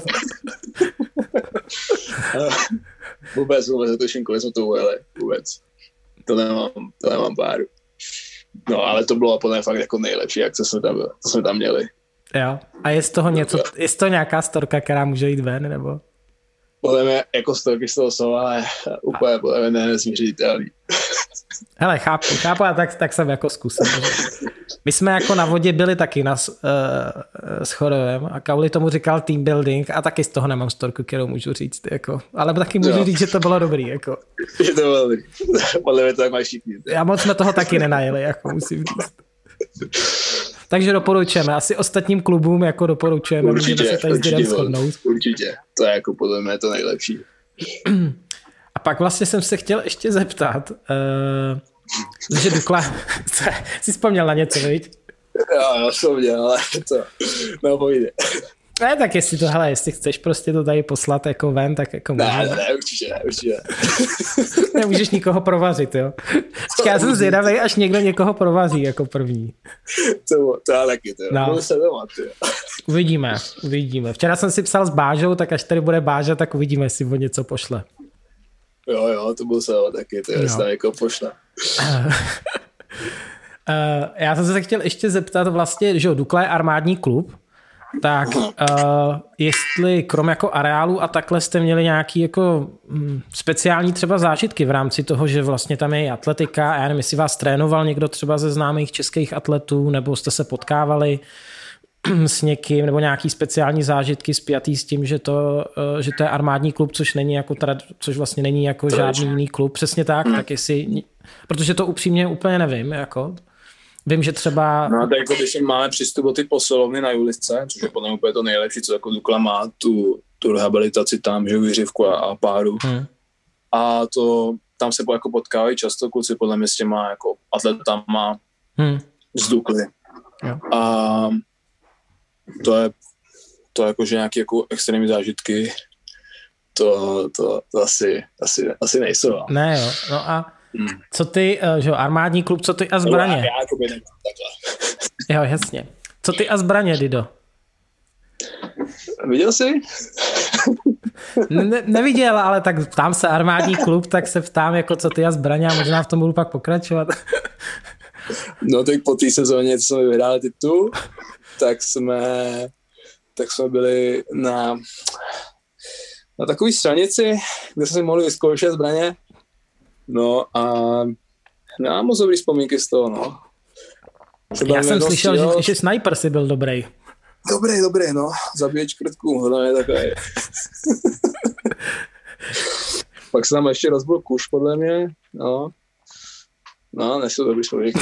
vůbec netuším, kolik jsme to ujeli. Vůbec. To nemám páru. No, ale to bylo podle mě fakt jako nejlepší, jak co jsme tam měli. Jo. A je z toho něco, je z toho nějaká storka, která může jít ven, nebo? Podle mě jako storky z toho jsou, ale úplně podle mě nesmířitelný. Hele, chápu, a tak jsem jako zkusil. My jsme jako na vodě byli taky s Chorovem a Kauli tomu říkal team building a taky z toho nemám storku, kterou můžu říct. Jako. Ale taky můžu říct, že to bylo dobrý. Jako. Že to bylo dobrý. Podle mě to tak mají všichni. Já moc jsme toho taky nenajeli, jako musím říct. Takže doporučujeme. Asi ostatním klubům jako doporučujeme. Můžeme se tady s Dyrem shodnout. Určitě. To je jako podle mě to nejlepší. A pak vlastně jsem se chtěl ještě zeptat, že Dukla, jsi vzpomněl na něco, viď? Já jsem měl, ale to, no povídej. Ne, tak jestli chceš prostě to tady poslat jako ven, tak jako Ne, určitě. Nemůžeš nikoho provařit, jo. Já jsem zvědavej, až někdo někoho provaří jako první. To já taky, no. Uvidíme. Včera jsem si psal s Bážou, tak až tady bude Báža, tak uvidíme, jestli o něco pošle. Jo, to byl Seba taky, jestli tam jako pošle. Já jsem se chtěl ještě zeptat vlastně, že Dukla je armádní klub, tak jestli krom jako areálu a takhle jste měli nějaký jako speciální třeba zážitky v rámci toho, že vlastně tam je atletika a já nevím, jestli vás trénoval někdo třeba ze známých českých atletů, nebo jste se potkávali s někým, nebo nějaký speciální zážitky spjatý s tím, že to je armádní klub, což vlastně není jako žádný jiný klub, přesně tak jestli, protože to upřímně úplně nevím, jako. Vím, že třeba... No tak jako když máme přístup do ty posilovny na Julisce, což je podle mě úplně to nejlepší, co jako Dukla má, tu rehabilitaci tam, že výřivku a páru. A tam se jako potkávají často kluci podle mě s těma jako atletama z Dukly. Jo. A to jakože nějaké jako extrémní zážitky, to asi nejsou. Ne jo, no a co ty, že armádní klub, co ty a zbraně? Já jako by takhle. Jo, jasně. Co ty a zbraně, Dido? Viděl jsi? Neviděl, ale tak ptám se armádní klub, tak se ptám, jako co ty a zbraně a možná v tom budu pak pokračovat. No tak po té sezóně, co jsme vyhráli titul, tak jsme byli na takové stranici, kde jsme si mohli vyzkoušet zbraně. No a nemám moc dobrý vzpomínky z toho, no. Já jsem slyšel, že sniper si byl dobrý. Dobrý, no. Zabíječ krtků, hlavně takové. Pak se tam ještě rozbil kuš, podle mě, no. No, nejsou dobrý vzpomínky.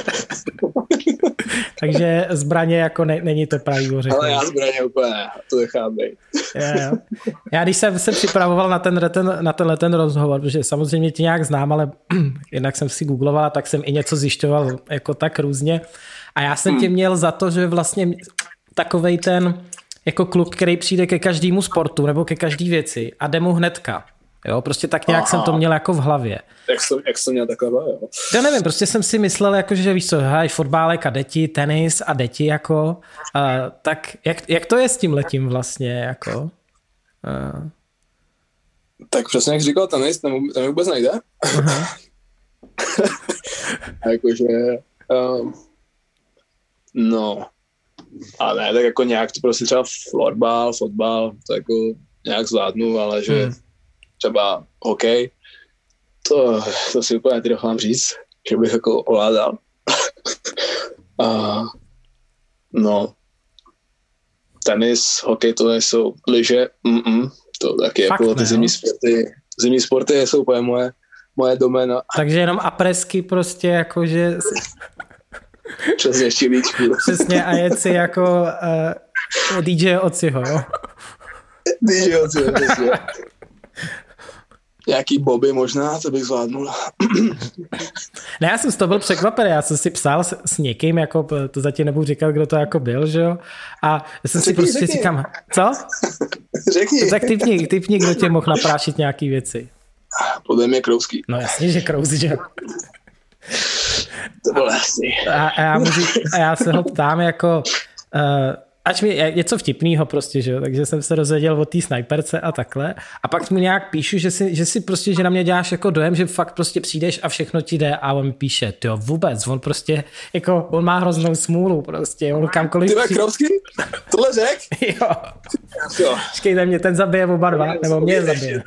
Takže zbraně jako není to pravý řekl. Ale já úplně, to nechám být. Já když jsem se připravoval na tenhle rozhovor, protože samozřejmě tě nějak znám, ale jednak jsem si googloval, tak jsem i něco zjišťoval jako tak různě. A já jsem tě měl za to, že vlastně takovej ten jako kluk, který přijde ke každému sportu nebo ke každý věci a jde mu hnedka. Jo, prostě tak nějak jsem to měl jako v hlavě. Jak jsem měl takhle, jo? To nevím, prostě jsem si myslel, jako, že víš co, hej, fotbálek a deti, tenis a deti, jako, tak jak to je s tím letím vlastně, jako? Tak přesně jak říkal tenis, tam vůbec nejde. Jakože, no, a ne, tak jako nějak to prostě třeba florbal, fotbal, to jako nějak zvládnu, ale že třeba hokej, to si úplně netroufám říct, že bych jako ovládal. No, tenis, hokej, to nejsou lyže, to taky jako ty zimní sporty jsou úplně moje doména. Takže jenom apresky prostě jakože... Přesně štílíčky. Přesně a jet si jako DJ Ociho, jo? DJ Ociho, přesně. Nějaký Bobby možná, to bych zvládnul. Ne, já jsem z toho byl překvapený, já jsem si psal s někým, jako, to zatím nebudu říkat, kdo to jako byl, že jo? A já jsem si prostě říkám, co? Řekni. Tak typni, kdo tě mohl naprášit nějaký věci. Podle mě Krousky. No jasně, že Krousky, že jo? To bylo jasný. A já se ho ptám jako... Ač mi něco vtipnýho prostě, že jo, takže jsem se dozvěděl o té snajperce a takhle. A pak mu nějak píšu, že si prostě, že na mě děláš jako dojem, že fakt prostě přijdeš a všechno ti jde a on mi píše, tyjo, vůbec, on prostě, jako, on má hroznou smůlu prostě, on kamkoliv... Ty Krovský? Tohle řek? Jo. Počkejte mě, ten zabije oba dva, nebo mě zabije.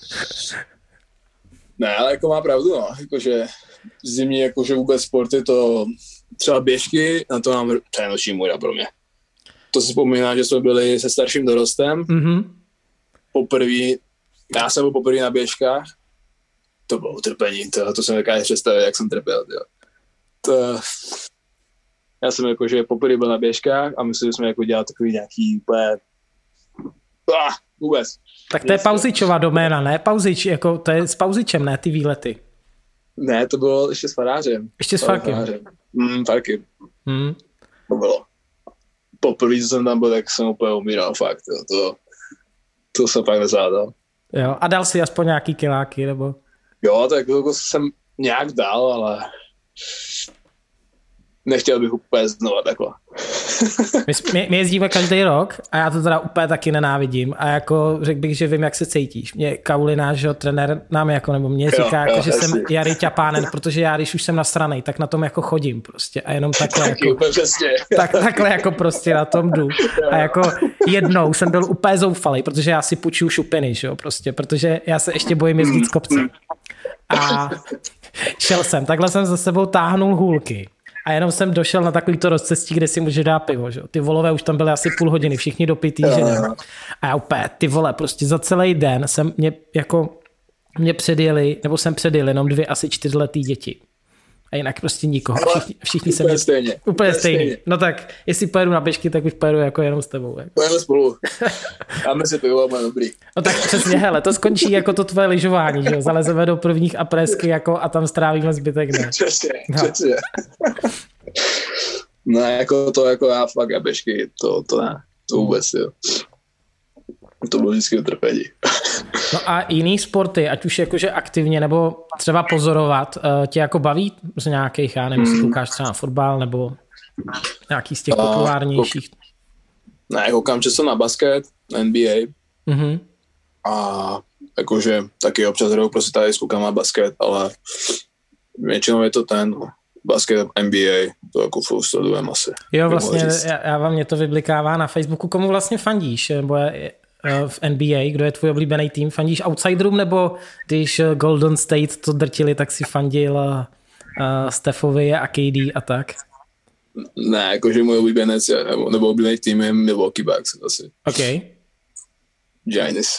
Ne, ale jako má pravdu, no, jakože zimní, jakože vůbec sporty, to třeba běžky, na to nám, to je noční můra pro mě. To si vzpomíná, že jsme byli se starším dorostem. Já jsem byl poprvé na běžkách. To bylo utrpení, to jsem nedokážu představit, jak jsem trpěl. Já jsem jakože poprvé byl na běžkách a mysleli jsme jako dělat takový nějaký úplně... vůbec. Tak to je Pauzičova doména, ne? Pauzič, jako to je s Pauzičem, ne? Ty výlety. Ne, to bylo ještě s farářem. Ještě s Farkem. Farky. To bylo. poprvé, co jsem tam byl, tak jsem úplně umíral, fakt. Jo. To jsem fakt nezvládal. Jo, a dal si aspoň nějaký kiláky, nebo? Jo, tak to jsem nějak dal, ale nechtěl bych úplně znova takhle. My jezdíme každý rok a já to teda úplně taky nenávidím a jako řekl bych, že vím, jak se cítíš. Mě Kauli, náš trenér, nám jako, nebo mě říká, jako, že jsem Jari ťapánen, protože já, když už jsem nasranej, tak na tom jako chodím prostě a jenom takhle jako, takhle jako prostě na tom jdu. A jako jednou jsem byl úplně zoufalý, protože já si půjčuju šupiny, že jo, prostě, protože já se ještě bojím jezdit z kopce. A šel jsem, takhle jsem za sebou táhnul hůlky. A jenom jsem došel na takovýto rozcestí, kde si může dát pivo. Že? Ty volové už tam byly asi půl hodiny, všichni dopitý. Že ne? A já úplně, ty vole, prostě za celý den mě předjeli, nebo jsem předjel jenom 2 asi 4letý děti. A jinak prostě nikoho. Všichni se mě... Stejně. Úplně stejně. No tak, jestli pojedu na běžky, tak už pojedu jako jenom s tebou. Jako. Pojeme spolu. Dáme si pivo, máme dobrý. No tak přesně, hele, to skončí jako to tvoje lyžování, že jo? Zalezeme do prvních apresky jako a tam strávíme zbytek dne. Přesně. No jako to, jako já fakt a běžky, to ne. To vůbec, jo. To bylo vždycky utrpení. No a jiný sporty, ať už jakože aktivně nebo třeba pozorovat, tě jako baví z nějakých, já nevím, jestli koukáš třeba na fotbal nebo nějaký z těch populárnějších? Ne, koukám často na basket, na NBA a jakože taky občas hraju prostě tady koukám na basket, ale většinou je to ten basket NBA, to jako full sledujeme asi. Jo, vlastně mě to vyblikává na Facebooku. Komu vlastně fandíš? Nebo v NBA, kdo je tvůj oblíbený tým? Fandíš outsiderům, nebo když Golden State to drtili, tak si fandil Stephovi a KD a tak? Ne, jakože můj oblíbenec nebo oblíbený tým je Milwaukee Bucks asi. OK. Giannis.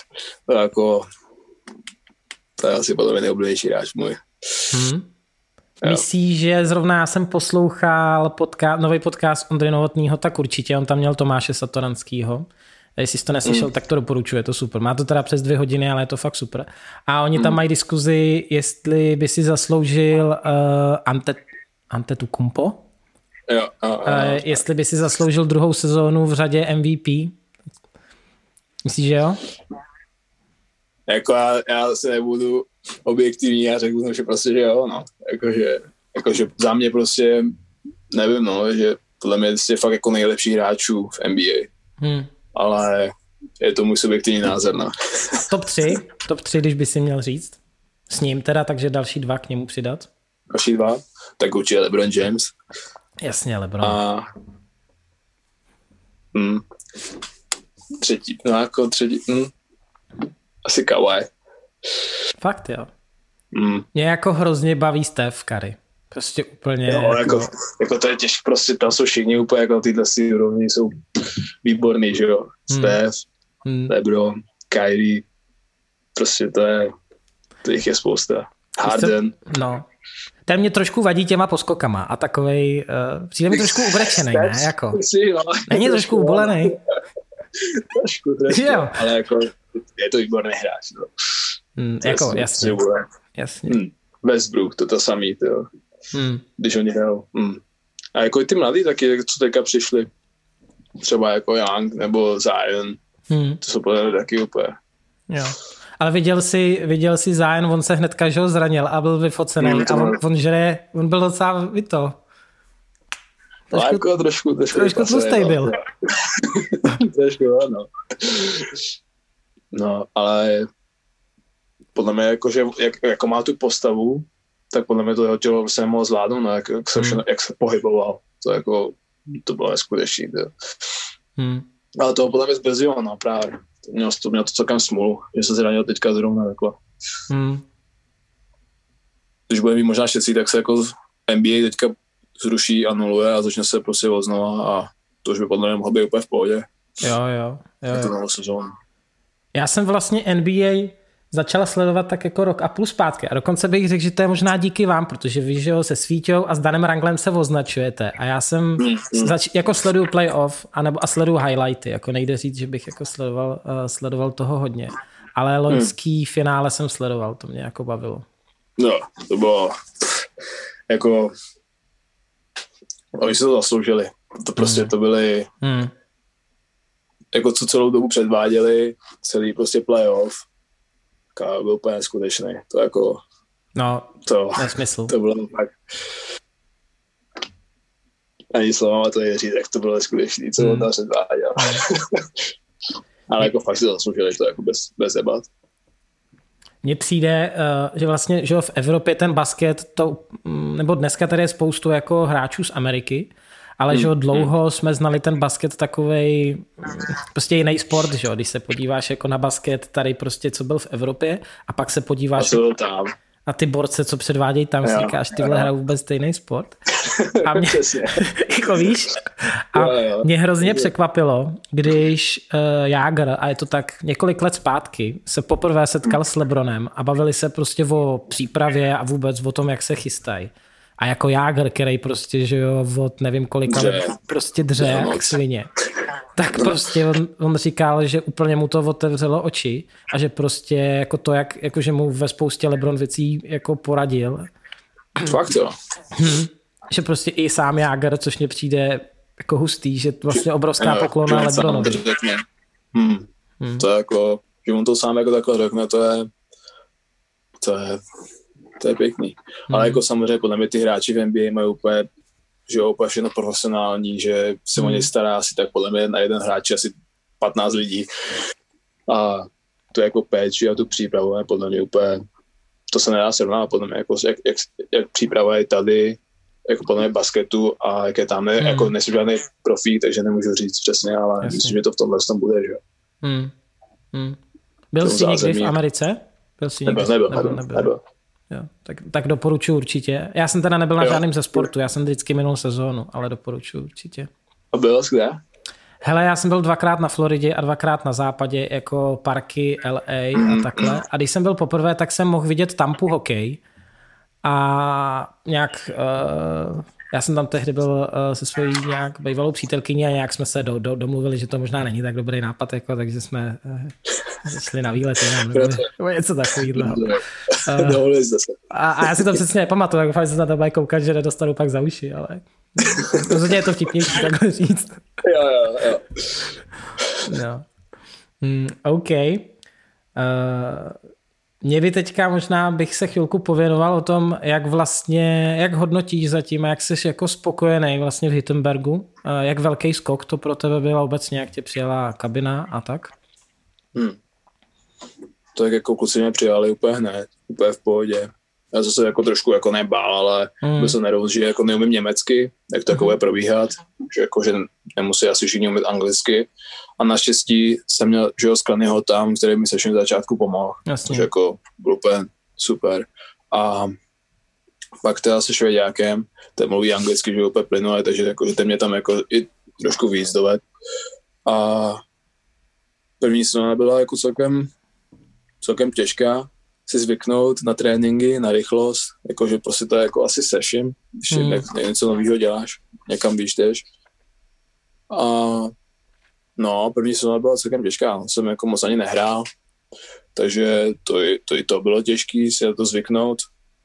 To je asi podle mě nejoblíbenější hráč můj. Myslíš, že zrovna já jsem poslouchal nový podcast Ondry Novotnýho, tak určitě, on tam měl Tomáše Satoranskýho. Jestli jsi to neslyšel, tak to doporučuji, je to super. Má to teda přes 2 hodiny, ale je to fakt super. A oni tam mají diskuzi, jestli by si zasloužil Antetokounmpo? Jo. Jestli by si zasloužil 2. sezónu v řadě MVP? Myslíš, že jo? Jako já se nebudu objektivní a řeknu, že prostě, že jo, no. Jakože za mě prostě, nevím, no, že podle mě je fakt jako nejlepší hráčů v NBA. Ale je to můj subjektivní názor, no. Top 3, když by si měl říct. S ním teda, takže další 2 k němu přidat. Další 2? Tak určitě LeBron James. Jasně, LeBron. A třetí, asi Kawhi. Fakt, jo. Mě jako hrozně baví Steph Curry. Prostě úplně... Jo, jako to je těžké, prostě tam jsou všichni úplně jako tyhle si úrovni jsou výborný, že jo. Steph, LeBron, Kyrie, prostě to jich je spousta. Harden. No. Ten mě trošku vadí těma poskokama a takovej, přijde mi trošku ubrečenej, ne? Jako. Není trošku ubolený. Trošku, jo. Ale jako je to výborný hráč, no. Jako, jasně. Westbrook, to samý, jo. Když oni hrajou. A jako i ty mladí taky, co teďka přišli, třeba jako Young nebo Zion, to jsou podle taky úplně. Jo. Ale viděl jsi Zion, on se hnedka zranil a byl vyfocený a on byl docela Trošku tlustej byl. Trošku, ano. No, ale podle mě, jakože, jako má tu postavu, tak podle mě to jeho tělo se nemohlo zvládnout, no, jak se pohyboval. To bylo neskutečný. Ale toho podle mě zbrzdilo, no, právě. Měl to celkem smůlu, že se zranil teďka zrovna takhle. Když bude mít možná štěstí, tak se jako NBA teďka zruší, anuluje a začne se prostě odznova a to už by podle mě mohlo být úplně v pohodě. Jo. To novou sezónu. Já jsem vlastně NBA začala sledovat tak jako 1,5 roku zpátky a dokonce bych řekl, že to je možná díky vám, protože vy, že jo, se Svíťou a s Danem Ranglem se označujete a já jsem jako sleduju playoff a sleduju highlighty, jako nejde říct, že bych jako sledoval toho hodně, ale loňský finále jsem sledoval, to mě jako bavilo. No, to bylo jako oni se to zasloužili, To prostě to byly jako co celou dobu předváděli, celý prostě playoff, byl úplně neskutečný. To jako to nesmysl. To bylo fakt ani slova to je říct, jak to bylo neskutečný, co on tam předváděl. Ale jako fakt si zasloužili to jako bez debat. Mně přijde, že vlastně že v Evropě ten basket, nebo dneska tady je spoustu jako hráčů z Ameriky, ale že dlouho jsme znali ten basket takovej prostě jiný sport, že když se podíváš jako na basket tady prostě, co byl v Evropě a pak se podíváš na ty borce, co předvádějí tam, si říkáš, tyhle hrajou vůbec stejný sport. A mě, jako víš, a mě hrozně překvapilo, když Jágr, a je to tak několik let zpátky, se poprvé setkal s LeBronem a bavili se prostě o přípravě a vůbec o tom, jak se chystají. A jako Jágr, který prostě, že jo, od nevím kolika let prostě dře jak svině. Tak prostě on říkal, že úplně mu to otevřelo oči a že prostě jako to, jako že mu ve spoustě LeBron věcí jako poradil. Fakt jo. Že prostě i sám Jágr, což mě přijde jako hustý, že vlastně obrovská poklona LeBronovi. To je jako, že on to sám jako takhle řekne, to je pěkný. Ale jako samozřejmě podle mě ty hráči v NBA mají úplně, že úplně všechno profesionální, že se o něj stará asi tak podle mě na jeden hráč asi 15 lidí. A to jako péči a tu přípravu je podle mě úplně, to se nedá srovnávat podle mě, jako jak příprava je tady, jako podle mě basketu a jak je tam, jako nejsem žádný profík, takže nemůžu říct přesně, ale myslím, že to v tomhle tom bude, že jo. Byl jsi někdy v Americe? Nebyl. Jo, tak doporučuji určitě. Já jsem teda nebyl na žádným ze sportu, já jsem vždycky minul sezónu, ale doporučuji určitě. A byl jsi kde? Hele, já jsem byl 2krát na Floridě a 2krát na západě, jako parky LA a takhle. A když jsem byl poprvé, tak jsem mohl vidět Tampu hokej a nějak... Já jsem tam tehdy byl se svojí nějak bývalou přítelkyní a nějak jsme se domluvili, že to možná není tak dobrý nápad, jako, takže jsme šli na výlet nebo něco takového. A já si to přesně nepamatuju, jako fakt se na to bude koukat, že nedostanu pak za uši, ale rozhodně je to vtipnější takhle říct. Jo. OK. Mě by teďka možná bych se chvilku pověnoval o tom, jak hodnotíš zatím a jak jsi jako spokojený vlastně v Wittenbergu, jak velký skok to pro tebe byl obecně, jak tě přijala kabina a tak? To jako kluci mě přijali úplně hned, úplně v pohodě. Já jsem se jako trošku jako nebál, ale byl jsem nervózní, že jako neumím německy, jak to jako bude probíhat, že nemusí asi všichni umět anglicky. A naštěstí jsem měl Sklenyho tam, který mi se všem začátku pomohl. Takže jako byl úplně super. A pak teda se Švéďákem, ten mluví anglicky, že úplně plynule, takže jako, že ten mě tam jako i trošku víc doved. A první sezóna byla jako celkem těžká si zvyknout na tréninky, na rychlost, jakože prostě to je jako asi session, když něco nového děláš, někam jdeš. A no, první sezóna byla celkem těžká, jsem jako moc ani nehrál, takže to bylo těžké si na to zvyknout,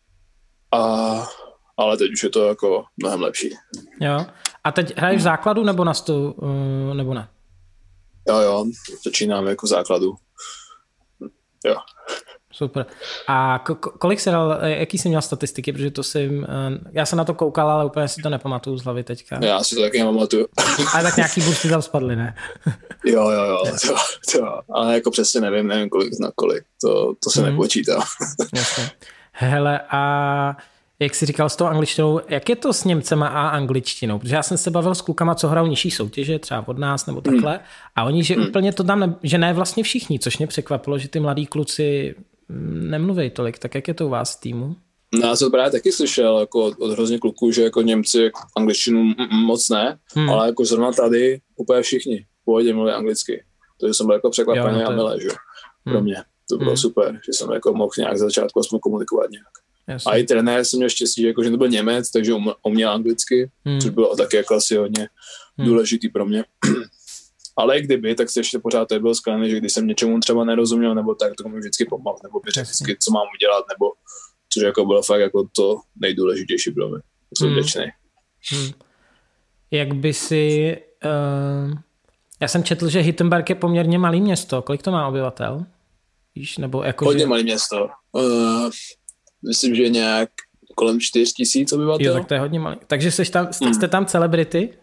ale teď už je to jako mnohem lepší. Jo, a teď hraješ v základu nebo nebo ne? Jo, začínám jako v základu. Jo. Super. A kolik jsi dal, jaký jsi měl statistiky, protože já jsem na to koukal, ale úplně si to nepamatuju z hlavy teďka. Já si to taky nepamatuju. Ale tak nějaký bursty tam spadly, ne? Jo, to, ale jako přesně nevím kolik na kolik, to se nepočítá. Jasně. Hele, a jak jsi říkal s tou angličtinou, jak je to s Němcema a angličtinou? Protože já jsem se bavil s klukama, co hrajou nižší soutěže, třeba od nás nebo takhle, a oni, že úplně to tam, že ne vlastně všichni, což mě překvapilo, že ty mladí kluci nemluví tolik. Tak jak je to u vás v týmu? No, já jsem právě taky slyšel jako od hrozně kluků, že jako Němci jako angličtinu moc ne, ale jako zrovna tady úplně všichni v pohodě mluví anglicky. Takže jsem byl jako překvapený a milé, že pro mě. To bylo super, že jsem jako mohl nějak za začátku aspoň komunikovat nějak. Jasně. A i trenér jsem měl štěstí, jako, že to byl Němec, takže uměl anglicky, což bylo taky jako asi hodně důležitý pro mě. Ale i kdyby, tak se ještě pořád to byl Sklený, že když jsem něčemu třeba nerozuměl, nebo tak, to mi vždycky pomohl, nebo by řekl vždycky, co mám udělat, nebo což jako bylo fakt jako to nejdůležitější pro mě. Jsem vděčný. jak by si... já jsem četl, že Hittenberg je poměrně malý město. Kolik to má obyvatel? Víš, nebo jako, hodně malý město. Myslím, že nějak kolem 4 000 obyvatel. Jo, tak to je hodně malý. Takže jste tam celebrity?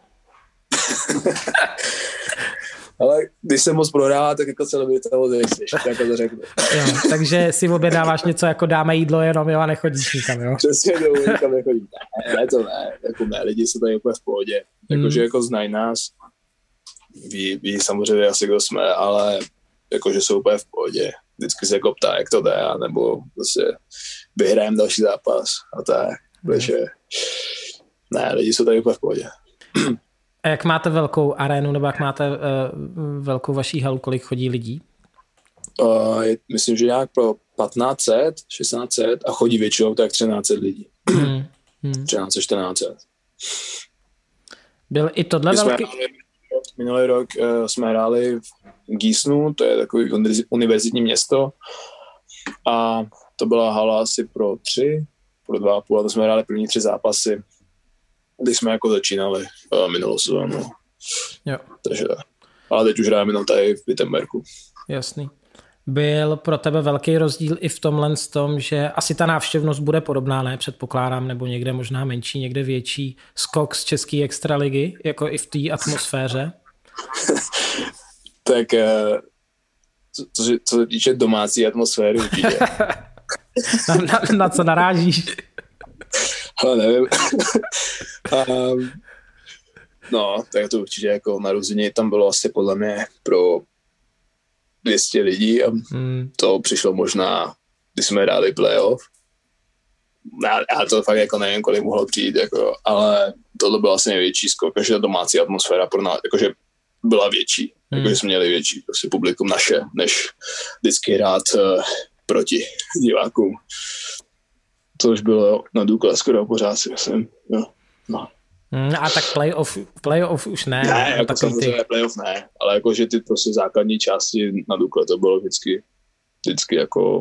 Ale když se moc prodává, tak jako celebrita moc nejsiš, jako to řeknu. Jo, takže si objednáváš něco jako dáme jídlo jenom, jo, a nechodíš nikam, jo? Přesně, nikam nechodí. Ne, jako ne, lidi jsou tady úplně v pohodě. Jakože jako znají nás, ví samozřejmě asi, kdo jsme, ale jakože jsou úplně v pohodě. Vždycky se jako ptá, jak to jde, nebo prostě vyhrajeme další zápas a tak. Takže ne, lidi jsou tady úplně v pohodě. A jak máte velkou arénu, nebo jak máte velkou vaší halu, kolik chodí lidí? Myslím, že nějak pro 1500, 1600 a chodí většinou tak 1300 lidí. 1300-1400. Byl i tohle velký... Minulý rok jsme hráli v Gießenu, to je takový univerzitní město a to byla hala asi pro 2,5 a to jsme hráli první 3 zápasy, když jsme jako začínali minulou sezónu. Jo. Takže, ale teď už hrajeme jenom tady v Wittenbergu. Jasný. Byl pro tebe velký rozdíl i v tomhle s tom, že asi ta návštěvnost bude podobná, ne? Předpokládám, nebo někde možná menší, někde větší skok z české extraligy, jako i v té atmosféře? Tak co se týče domácí atmosféry určitě. na co narážíš? Ale nevím. No, tak to určitě jako narozeně tam bylo asi podle mě pro 200 lidí a to přišlo možná, když jsme hráli playoff. Já to fakt jako nevím, kolik mohlo přijít, jako, ale tohle byl asi největší skok, takže ta domácí atmosféra pro nás, jakože byla větší, jakože jsme měli větší prostě publikum naše, než vždycky hrát proti divákům. To už bylo na Dukle skoro pořád si myslím, jo. No. A tak playoff už ne. Ne, jako samozřejmě playoff ne, ale jakože ty prostě základní části na Dukle to bylo vždycky jako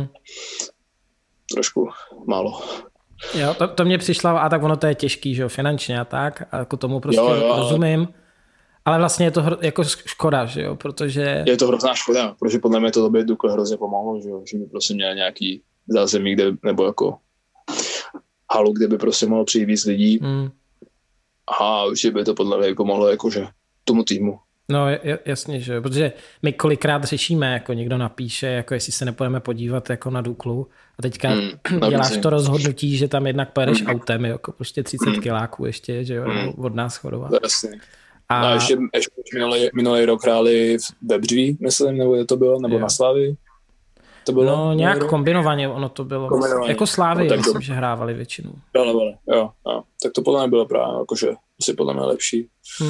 trošku málo. Jo, to mě přišlo, a tak ono to je těžký, že jo, finančně a tak, a jako tomu prostě rozumím. Ale vlastně je to jako škoda, že jo, protože... Je to hrozná škoda, protože podle mě to by Dukle hrozně pomohlo, že jo, že by prostě měl nějaký zázemí, kde, nebo jako halu, kde by prostě mohlo přijít víc lidí. A že by to podle mě pomohlo jakože tomu týmu. No jasně, že jo, protože my kolikrát řešíme, jako někdo napíše, jako jestli se nepojeme podívat jako na Duklu a teďka děláš to rozhodnutí, že tam jednak pojedeš autem, jako prostě 30 kiláků ještě, že jo, od nás chodovat. Jasně. A ještě minulý rok hráli v Bebří, myslím, nebo to bylo, nebo na Slavii. To bylo, no nějak kombinovaně ono to bylo. Jako Slávy, myslím, že hrávali většinou. Jo. Tak to podle mě bylo právě, jakože asi podle mě lepší.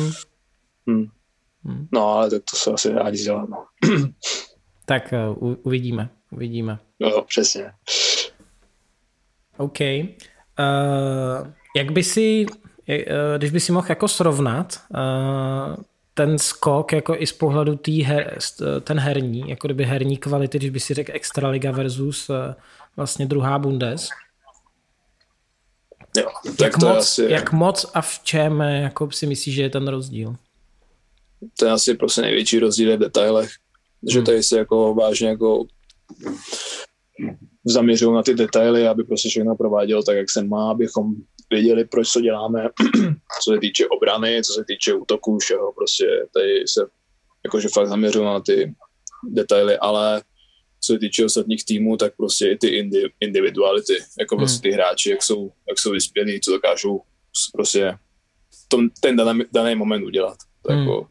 No, ale tak to se asi rádi dělá. No. Tak uvidíme. Jo, přesně. OK. Jak by si, když by si mohl jako srovnat ten skok jako i z pohledu ten herní, jako kdyby herní kvality, když by si řekl Extraliga versus vlastně druhá Bundes. Jo, tak jak moc a v čem jako si myslíš, že je ten rozdíl? To je asi prostě největší rozdíl v detailech. Že tady se jako vážně jako zaměřují na ty detaily, aby prostě všechno provádělo tak, jak se má, abychom věděli, proč to děláme, co se týče obrany, co se týče útoku, všeho, prostě tady se jakože fakt zaměřují na ty detaily, ale co se týče ostatních týmů, tak prostě i ty individuality, jako prostě ty hráči, jak jsou vyspělí, co dokážou prostě ten daný moment udělat. Jako,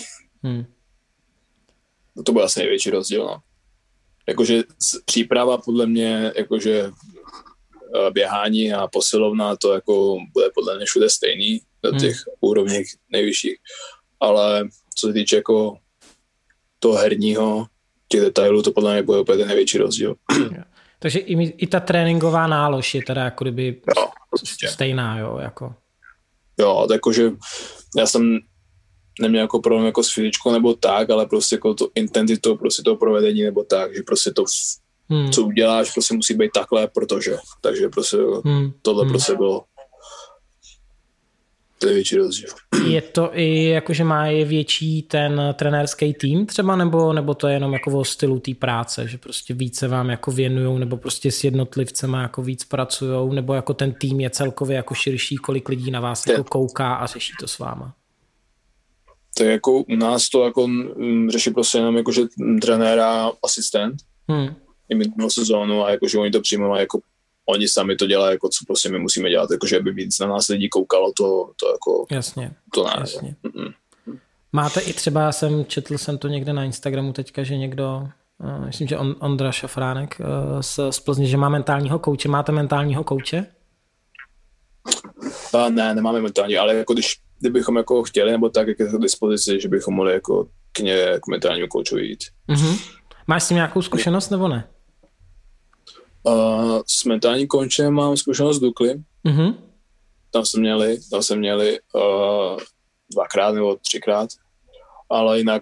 to byl asi největší rozdíl, no. Jakože příprava podle mě, jakože běhání a posilovna, to jako bude podle mě všude stejný na těch úrovních nejvyšších, ale co se týče jako toho herního, těch detailů, to podle mě bude úplně ten největší rozdíl. Takže i ta tréninková nálož je teda jako kdyby stejná, jo? Jako. Jo, tak jakože já jsem neměl jako problém jako s fyzičkou nebo tak, ale prostě jako to intenzitou prostě toho provedení nebo tak, že prostě to, co uděláš, prostě musí být takhle, takže prostě tohle prostě bylo. To je větší rozdíl. Je to i jako, že má je větší ten trenérský tým třeba, nebo to je jenom jako o stylu té práce, že prostě více vám jako věnujou, nebo prostě s jednotlivcema jako víc pracujou, nebo jako ten tým je celkově jako širší, kolik lidí na vás jako kouká a řeší to s váma? Tak jako u nás to jako řeší prostě jenom jakože trenér a asistent i minulou sezónu a jakože oni to přijmou a jako oni sami to dělají, jako co prostě my musíme dělat, jakože aby víc na nás lidí koukalo, to jako... Jasně, to ne. Jasně. Máte i třeba, četl jsem to někde na Instagramu teďka, že někdo, myslím, že Ondra Šafránek z Plzně, že má mentálního kouče. Máte mentálního kouče? Ne, nemáme mentální, ale jako kdybychom jako chtěli, nebo tak, jak je to k dispozici, že bychom mohli jako k mentálnímu koučovi jít. Máš s tím nějakou zkušenost, nebo ne? S mentálním koučem mám zkušenost s Dukly. Tam jsme měli 2krát nebo 3krát, ale jinak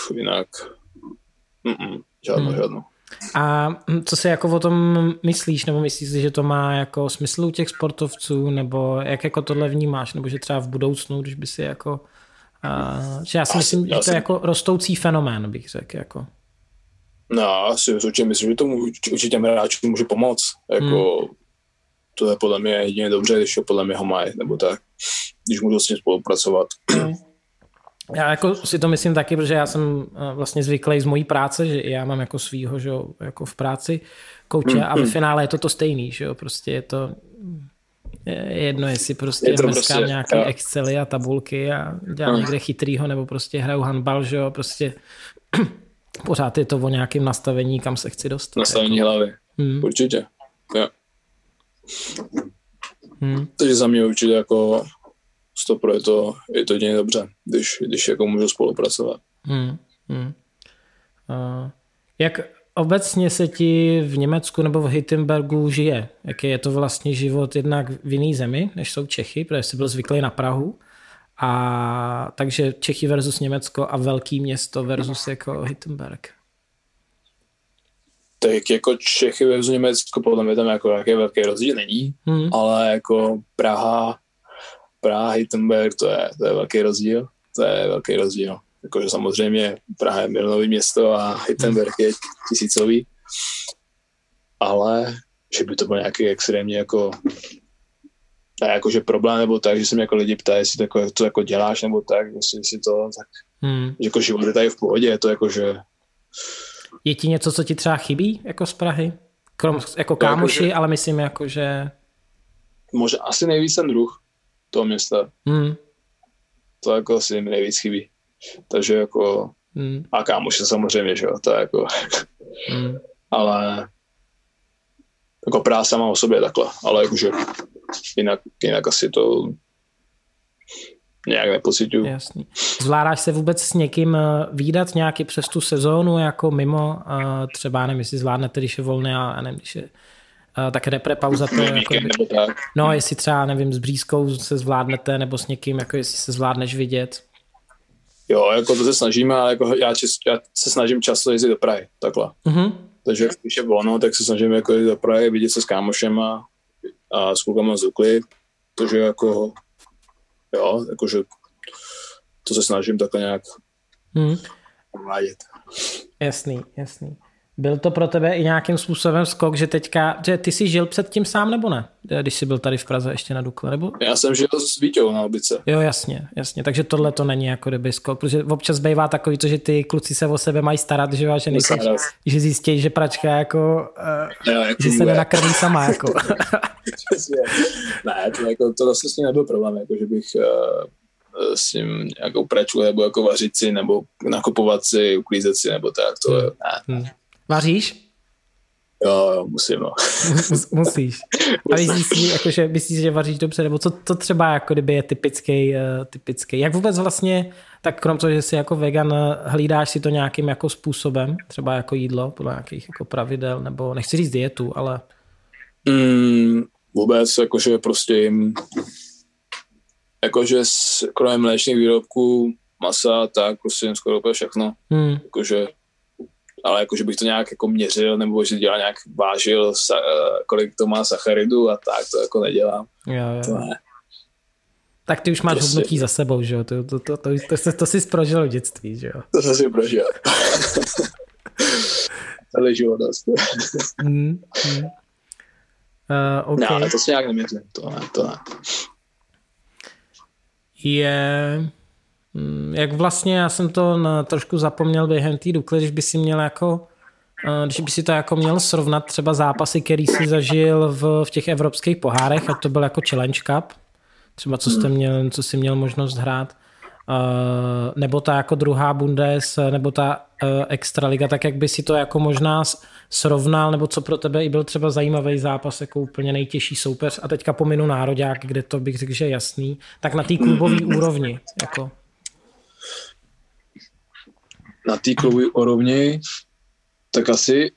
žádnou. A co si jako o tom myslíš, nebo myslíš si, že to má jako smysl u těch sportovců, nebo jak jako tohle vnímáš, nebo že třeba v budoucnu, když by si jako... že já si myslím, že to je jako rostoucí fenomén, bych řekl. Jako. No, asi myslím, že to určitě hráčům může pomoct. Jako, to je podle mě jedině dobře, když podle mě ho mají, nebo tak, když můžu s ním spolupracovat. Já jako si to myslím taky, protože já jsem vlastně zvyklý z mojí práce, že já mám jako svýho, že jo, jako v práci kouče a ve finále je to stejný, že jo, prostě je to jedno, jestli prostě mrskám nějaký Excely a tabulky a dělám někde chytrýho, nebo prostě hraju handbal, že jo, prostě pořád je to o nějakém nastavení, kam se chci dostat. Nastavení hlavy, určitě, jo. Takže za mě určitě jako 100% je to děně dobře, když jako můžu spolupracovat. Jak obecně se ti v Německu nebo v Hittenbergu žije? Jaký je to vlastně život jednak v jiný zemi, než jsou Čechy, protože jsi byl zvyklý na Prahu, a takže Čechy versus Německo a velký město versus jako Hittenberg. Tak jako Čechy versus Německo, podle mě tam jako jaký velký rozdíl není, ale jako Praha, Hittenberg, to je velký rozdíl. Jakože samozřejmě Praha je milionový město a Hittenberg je tisícový. Ale že by to byl nějaký extrémně jako ne, jakože problém nebo tak, že se mě jako lidi ptají, jestli to jako děláš nebo tak, jestli to tak, že jako život je tady v pohodě, je to jakože... Je ti něco, co ti třeba chybí jako z Prahy? Krom jako kámoši, jakože, ale myslím jako, že... Možná asi nejvíc ten druh toho města. To jako asi mi nejvíc chybí. Takže jako... A kámoši samozřejmě, že jo, to je jako... Ale... Jako Praha sama o sobě takhle, ale jakože jinak asi to nějak nepocituju. Jasný. Zvládáš se vůbec s někým vídat nějaký přes tu sezónu jako mimo, třeba nevím, jestli zvládnete, když je volné a nevím, když je tak repre pauza. To jako, no, jestli třeba, nevím, s Břískou se zvládnete, nebo s někým, jako jestli se zvládneš vidět. Jo, jako to se snažíme, ale jako já se snažím často jezdit do Prahy, takhle. Takže když je volno, tak se snažím jako jít do Prahy, vidět se s kámošema a s klukama z Dukly, protože jako jo, jakože to se snažím takhle nějak uvádět. Jasný. Byl to pro tebe i nějakým způsobem skok, že teďka, že ty jsi žil předtím sám nebo ne? Když jsi byl tady v Praze ještě na Dukle, nebo? Já jsem žil s Víťou na Obice. Jo, jasně. Takže tohle to není jako kdyby skok, protože občas bývá takový to, že ty kluci se o sebe mají starat, že jo, že zjistí, že pračka jako, že se nenakrví sama, jako. Ne, to vlastně s ním nebyl problém, jako že bych s ním nějakou pračku nebo jako vařit si, nebo nakupovat si, uklízet si, nebo tak, to ne. Vaříš? Jo, musím, no. Musíš. A myslíš, že vaříš dobře, nebo co to třeba jako kdyby je typický. Jak vůbec vlastně, tak krom toho, že jsi jako vegan, hlídáš si to nějakým jako způsobem, třeba jako jídlo, podle nějakých jako pravidel, nebo nechci říct dietu, ale... Vůbec, jakože prostě jim, jakože kromě mléčných výrobků, masa, tak prostě jim skoro úplně všechno. Jakože ale jakože bych to nějak jako měřil, nebo že dělal nějak vážil, kolik to má sacharidu a tak, to jako nedělám. Jo. To ne. Tak ty už máš prostě hodnotí za sebou, že jo? To jsi prožil v dětství, že jo? To jsem si prožil. Celý život dost. Okay. No, to si nějak neměřím. To ne. Jak vlastně, já jsem to trošku zapomněl během té Dukly, když by si měl jako, když by si to jako měl srovnat třeba zápasy, který jsi zažil v těch evropských pohárech, ať to byl jako Challenge Cup, třeba co jsi měl možnost hrát, nebo ta jako druhá Bundes, nebo ta Extraliga, tak jak by si to jako možná srovnal, nebo co pro tebe i byl třeba zajímavý zápas, jako úplně nejtěžší soupeř, a teďka pominu nároďák, kde to bych řekl, že je jasný, tak na té klubové úrovni. Jako. Na té klubové úrovni tak asi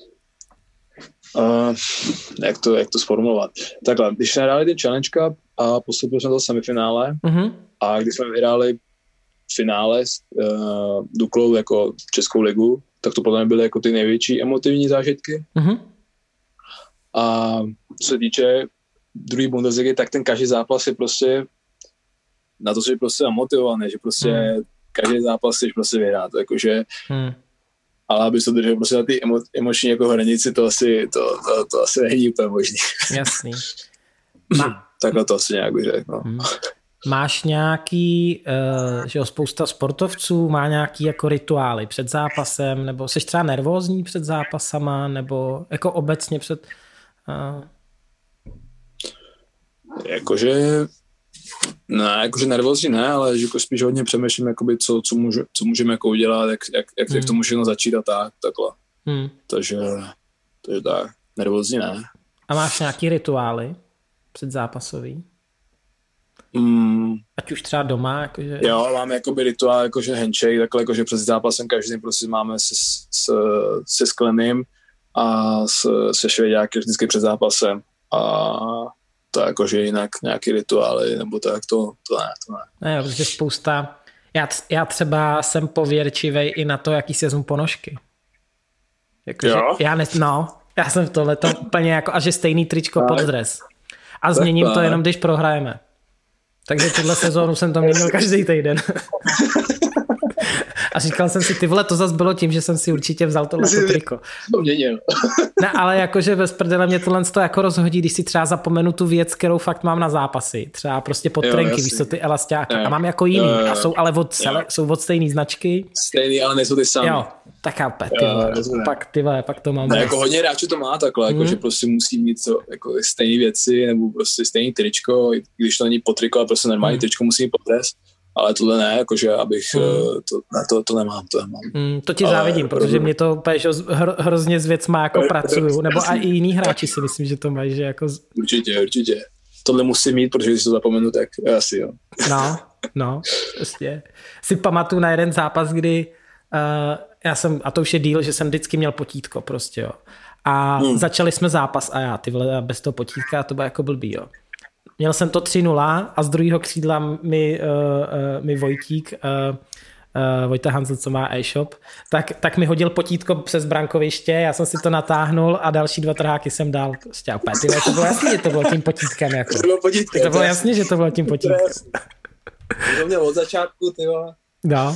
jak to sformulovat. Takhle, když jsme hráli ten Challenge Cup a postoupili jsme do semifinále a když jsme vyhráli finále s Duklou jako Českou ligu, tak to podle mě byly jako ty největší emotivní zážitky. A co se týče druhé Bundesligy, tak ten každý zápas je prostě na to, že je prostě motivovaný, že prostě každý zápas chceš prostě vyhrát, jakože ale aby se držel prostě na ty emoční jako hranici, to asi není úplně možný. Jasný. Takhle to asi nějak bych řekl. No. Máš nějaký, že jo, spousta sportovců má nějaký jako rituály před zápasem, nebo jsi třeba nervózní před zápasama, nebo jako obecně před... Jakože nervózní ne, ale že jako spíš hodně přemýšlím, jakoby, co můžeme jako udělat, jak to může začít a takhle. Takže tak, nervózní ne. A máš nějaký rituály předzápasový? Ať už třeba doma, jakože... Jo, máme jakoby rituál, jakože handshake, takhle jakože před zápasem každý prostě máme se Skleným a se Švéďáky vždycky před zápasem a to jakože jinak nějaký rituály, nebo tak to ne. Ne, jo, protože spousta... Já třeba jsem pověrčivej i na to, jaký si vezmu ponožky. Jakože, já jsem v tohletom úplně jako, a že stejný tričko pod dres. A změním to jenom, když prohrajeme. Takže tuhle sezónu jsem to měnil každý týden. A říkal jsem si, ty vole, to zase bylo tím, že jsem si určitě vzal tohleto triko. To měnil. Ne, ale jakože bez prdele mě tohle to jako rozhodí, když si třeba zapomenu tu věc, kterou fakt mám na zápasy. Třeba prostě podtrenky, víš co, ty elasťáky. A mám jako jiný. A jsou ale jsou od stejný značky. Stejný, ale nejsou ty samý. Jo, tak a pak to mám. Ne, jako hodně hráčů to má takhle, jako, že prostě musí mít jako stejné věci, nebo prostě stejný tričko, když to není potriko, ale prostě normální tričko musí mít podres. Ale tohle ne, jakože abych, to nemám. To ti závidím, protože mě to úplně hrozně s věcma jako pracuju, nebo a i jiní hráči si myslím, že to mají, že jako... Určitě. Tohle musím mít, protože když to zapomenu, tak asi jo. No, prostě. Si pamatuju na jeden zápas, kdy já jsem, a to už je díl, že jsem vždycky měl potítko prostě, jo. A začali jsme zápas a já, ty vole, bez toho potítka, to bylo jako blbý, jo. Měl jsem to 3-0 a z druhého křídla mi Vojtík, Vojta Hanzl, co má e-shop, tak mi hodil potítko přes brankoviště, já jsem si to natáhnul a další 2 trháky jsem dal. Prostě opět, to bylo jasný, že to bylo tím potítkem. Jako. To bylo jasný, že to bylo tím potítkem. To měl od začátku, ty vole. No.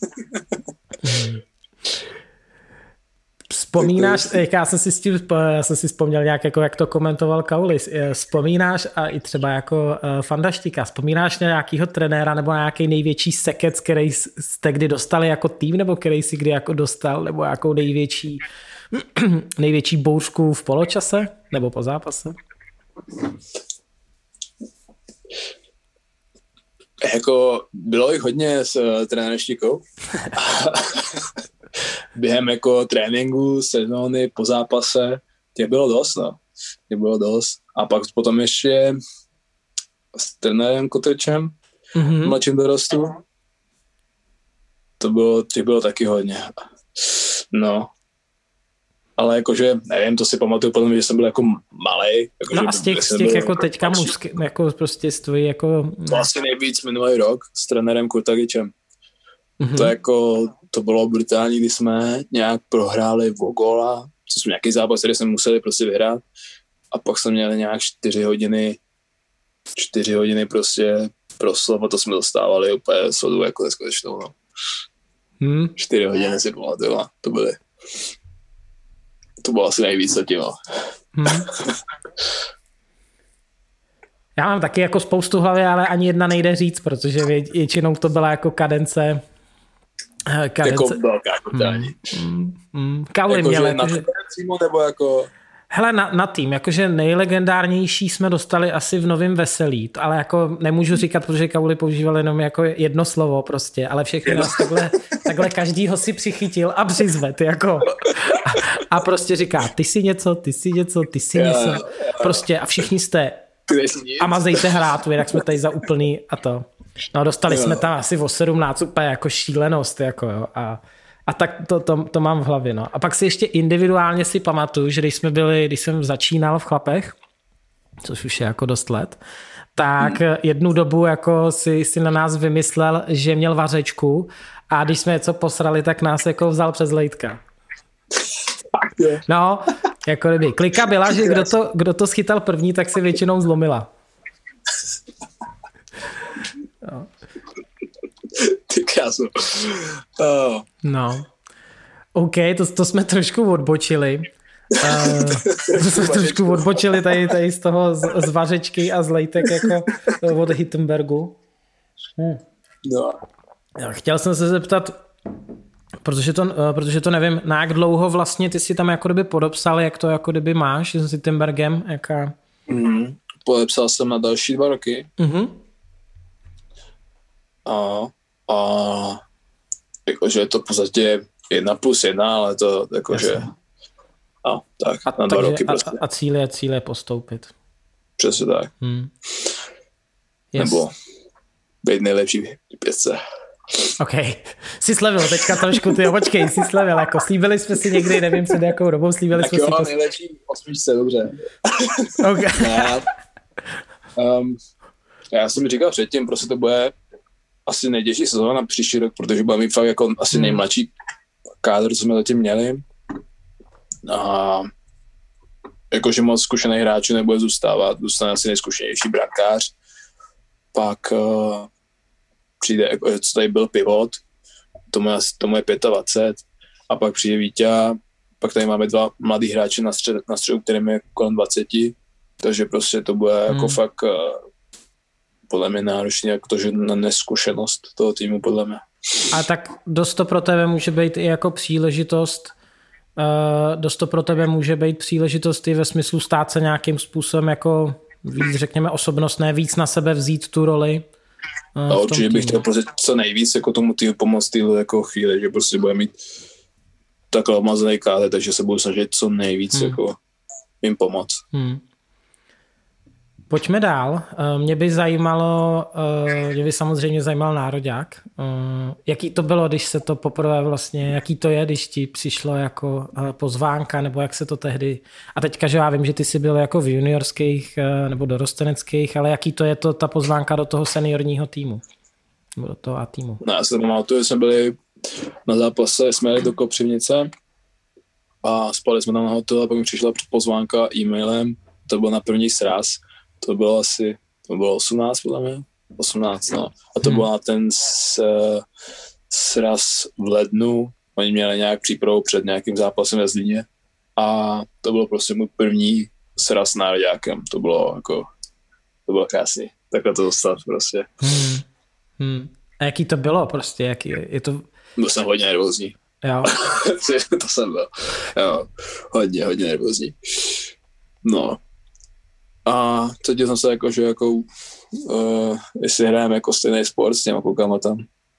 Vzpomínáš, já jsem si vzpomněl nějak, jako jak to komentoval Kaulis, vzpomínáš a i třeba jako Fandaštika, vzpomínáš na nějakýho trenéra nebo na nějaký největší sekec, který jste kdy dostali jako tým, nebo který jsi kdy jako dostal, nebo nějakou největší bouřku v poločase nebo po zápase? Jako bylo jich hodně s trenérem Štikou. Během jako tréninku, sezóny, po zápase, těch bylo dost. A pak potom ještě s trenérem Kotrčem, mladším dorostu. Těch bylo taky hodně. No. Ale jakože, nevím, to si pamatuju potom, že jsem byl jako malej. Jako, no a z těch jako teďka mužský, jako prostě stojí jako... To asi nejvíc minulý rok s trenérem Kurtagičem. To bylo brutální, když jsme nějak prohráli o góla, co jsme nějaký zápas, který jsme museli prostě vyhrát, a pak jsme měli nějak 4 hodiny prostě proslov a to jsme dostávali úplně sodu jako neskutečnou, no. 4 hodiny si pamatuju, to bylo asi nejvíc zatím, no. Já mám taky jako spoustu hlavy, ale ani jedna nejde říct, protože většinou to byla jako kadence. Jako velká kotání. Kauly jako, měl. Jako, nebo jako... Hele, na tým, jakože nejlegendárnější jsme dostali asi v Novém Veselí, ale jako nemůžu říkat, protože Kauly používal jenom jako jedno slovo prostě, ale všechny nás takhle každýho si přichytil a přizvet, jako. A prostě říká, ty si něco. Prostě a všichni jste a mazejte hrát, tak jsme tady za úplný a to. No dostali jsme tam asi o 17 úplně jako šílenost, jako jo, a tak to mám v hlavě, no. A pak si ještě individuálně si pamatuju, že když jsem začínal v Chlapech, což už je jako dost let, tak jednu dobu jako si na nás vymyslel, že měl vařečku a když jsme něco posrali, tak nás jako vzal přes lejtka. No, jako kdyby. Klika byla, že kdo to schytal první, tak si většinou zlomila. No. Ty krásu. No. OK, to jsme trošku odbočili. Tady z toho z vařečky a z lejtek jako od Hittenbergu. No. Chtěl jsem se zeptat, protože to nevím, na jak dlouho vlastně ty si tam jako kdyby podepsal, jak to jako kdyby máš s Hittenbergem, jaká... Podepsal jsem na další 2 roky. A jakože je to v podstatě 1+1, ale to jakože tak na 2 roky prostě. A cíl je postoupit. Přesně tak. Nebo být nejlepší v pětce. OK. Jsi slevil teďka trošku, počkej, jsi slevil, jako slíbili jsme si někdy, nevím před jakou dobou, slíbili tak jsme si... Tak jo, nejlepší 8, dobře. Okay. Já jsem říkal předtím, prostě to bude asi nejtěžší sezóna na příští rok, protože bude mít fakt jako asi nejmladší kádr, co jsme zatím měli. A jakože moc zkušených hráčů nebude zůstávat, zůstane asi nejzkušenější brankář. Pak přijde, jako, co tady byl pivot, tomu je 25, a pak přijde Víťa, pak tady máme 2 mladý hráče na středu, kterým je kolem 20, takže prostě to bude jako fakt podle mě náročný, jako to, že na neskušenost toho týmu, podle mě. A tak dost to pro tebe může být i jako příležitost, i ve smyslu stát se nějakým způsobem jako víc, řekněme, osobnostné, víc na sebe vzít tu roli. A určitě bych chtěl prostě co nejvíc jako tomu týmu pomoct týhle jako chvíli, že prostě bude mít takhle omazený kádr, takže se budu snažit co nejvíc jako jim pomoct. Pojďme dál. Mě by samozřejmě zajímal nároďák. Jaký to bylo, když se to poprvé vlastně, jaký to je, když ti přišlo jako pozvánka, nebo jak se to tehdy... A teďka, že já vím, že ty jsi byl jako v juniorských nebo dorosteneckých, ale jaký to je ta pozvánka do toho seniorního týmu? Nebo do toho A týmu? No, já se pamatuju, že jsme byli na zápase, jsme jeli do Kopřivnice a spali jsme tam na hotel a pak mi přišla pozvánka e-mailem, to byl na první sraz. To bylo 18, podle mě. 18, no. A to bylo na ten sraz v lednu. Oni měli nějak přípravu před nějakým zápasem ve Zlíně. A to bylo prostě můj první sraz s nároďákem. To bylo krásný. Takhle to dostat prostě. A jaký to bylo prostě? Byl jsem hodně nervózní. Jo. To jsem byl. Jo. Hodně nervózní. No. A cítil jsem se jako, že jako, jestli hrajeme jako stejný sport s těma klukama tam.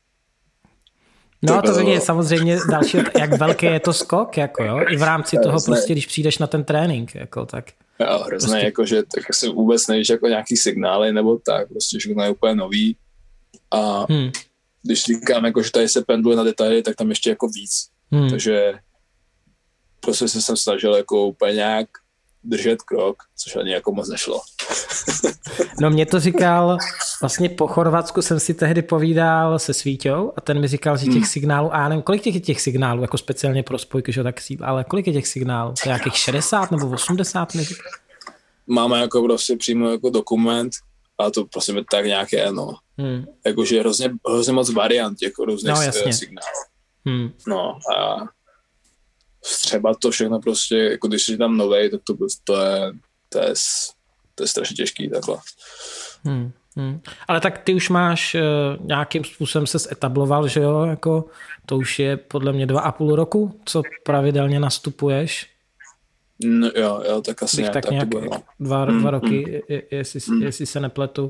No to je samozřejmě další, jak velký je to skok, jako jo, i v rámci toho prostě, když přijdeš na ten trénink, jako tak. Jo, hrozně, prostě... jako, že tak si vůbec nevíš jako nějaký signály nebo tak, prostě všechno je úplně nový a když říkám, jako, že tady se pendluje na detaily, tak tam ještě jako víc, takže prostě se jsem snažil jako úplně nějak držet krok, což ani jako moc nešlo. No mě to říkal, vlastně po Chorvatsku jsem si tehdy povídal se Svíťou a ten mi říkal, že těch signálů, a nevím, kolik těch signálů, jako speciálně pro spojky, že tak síl, ale kolik je těch signálů? To je nějakých 60 nebo 80? Máme jako prostě přímo jako dokument a to prostě tak nějaké, no, Jakože hrozně moc variant jako různých signálů. No a třeba to všechno prostě, jako když jsi tam novej, tak to je strašně těžký takhle. Ale tak ty už máš nějakým způsobem se etabloval, že jo, jako to už je podle mě 2,5 roku, co pravidelně nastupuješ. No, jo, tak asi nějak, tak nějak dva roky, jestli se nepletu.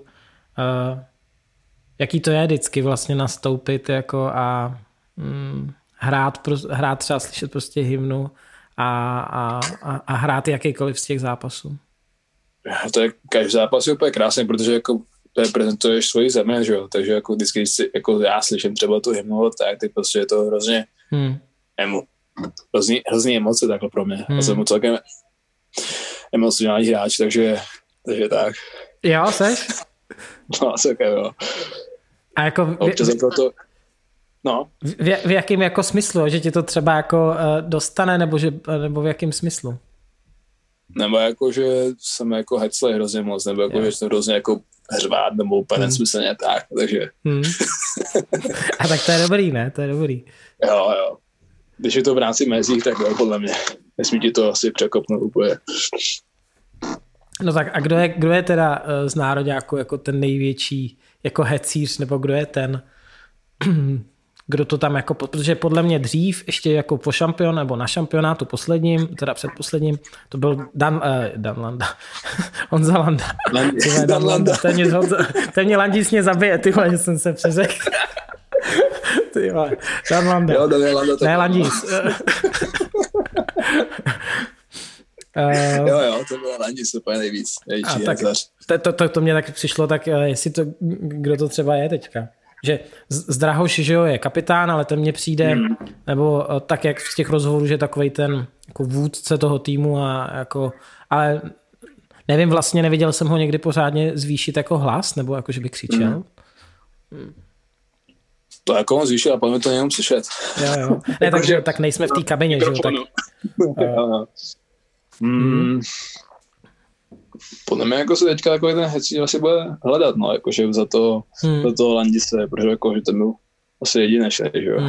Jaký to je vždycky vlastně nastoupit jako a hrát třeba slyšet prostě hymnu a hrát jakýkoliv z těch zápasů? To je každý zápas je úplně krásný, protože jako reprezentuješ svoji zemi, že jo, takže jako vždycky, jako já slyším třeba tu hymnu, tak prostě je to hrozně hrozný emoce takhle pro mě. Já jsem celkem emocionální hráč, takže tak. Jo, seš? No, celkem jo. A jako občas jako to, no. V jakém jako smyslu, že ti to třeba jako dostane, nebo v jakém smyslu? Nebo jako, že jsem jako heclej hrozně moc, nebo jako, že jsem hrozně jako hřvát, nebo úplně nesmyslně tak, takže. A tak to je dobrý, ne? To je dobrý. Jo. Když je to v rámci mezích, tak jo, podle mě. Nesmí ti to asi překopnout úplně. No tak a kdo je teda z nároďáku jako ten největší jako hecíř, nebo kdo je ten, kdo to tam jako, protože podle mě dřív, ještě jako po nebo na šampionátu posledním, teda předposledním, to byl Dan Landa. Honza Landa. Dan Landa. Ten mě Landísně zabije, tyhle, že jsem se přeřekl. Dan Landa. Jo, Dan Landa. Ne, Landís. Jo, to bylo Landís úplně nejvíc. To mě tak přišlo, tak jestli to, kdo to třeba je teďka. Že Drahoš, že jo, je kapitán, ale ten mně přijde, nebo tak jak z těch rozhovorů, že je takovej ten jako vůdce toho týmu a jako, ale nevím, vlastně neviděl jsem ho někdy pořádně zvýšit jako hlas, nebo jako, že by křičel. To jako on zvýšil a potom to jenom slyšet. Jo. Ne, takže tak nejsme v té kabině, že jo, tak. Podle mě jako se teďka takový ten hecíř asi bude hledat, no, jakože za toho Landise, protože jako, že ten byl asi jedinečný, že jo.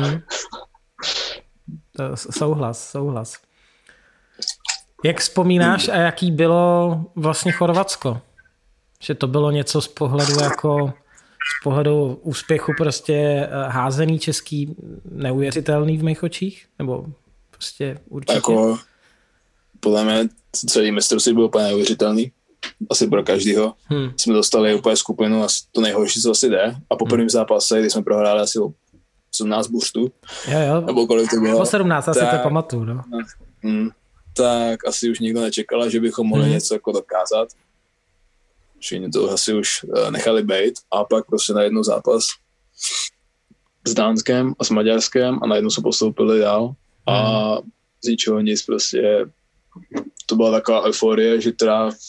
Souhlas. Jak vzpomínáš a jaký bylo vlastně Chorvatsko? Že to bylo něco z pohledu úspěchu prostě házený český neuvěřitelný v mých očích? Nebo prostě určitě? Jako, podle mě celý mistrovství byl úplně neuvěřitelný. Asi pro každýho. Jsme dostali úplně skupinu a to nejhorší, co asi jde. A po prvním zápase, kdy jsme prohráli asi 17 buřtů. Jo. Nebo kolik to bylo. Po 17, asi to pamatuju. No. Tak asi už nikdo nečekal, že bychom mohli něco jako dokázat. Všichni to asi už nechali bejt. A pak prostě najednou zápas s Dánskem a s Maďarskem a najednou se postoupili dál. A z ničeho nic prostě to byla taková euforie, že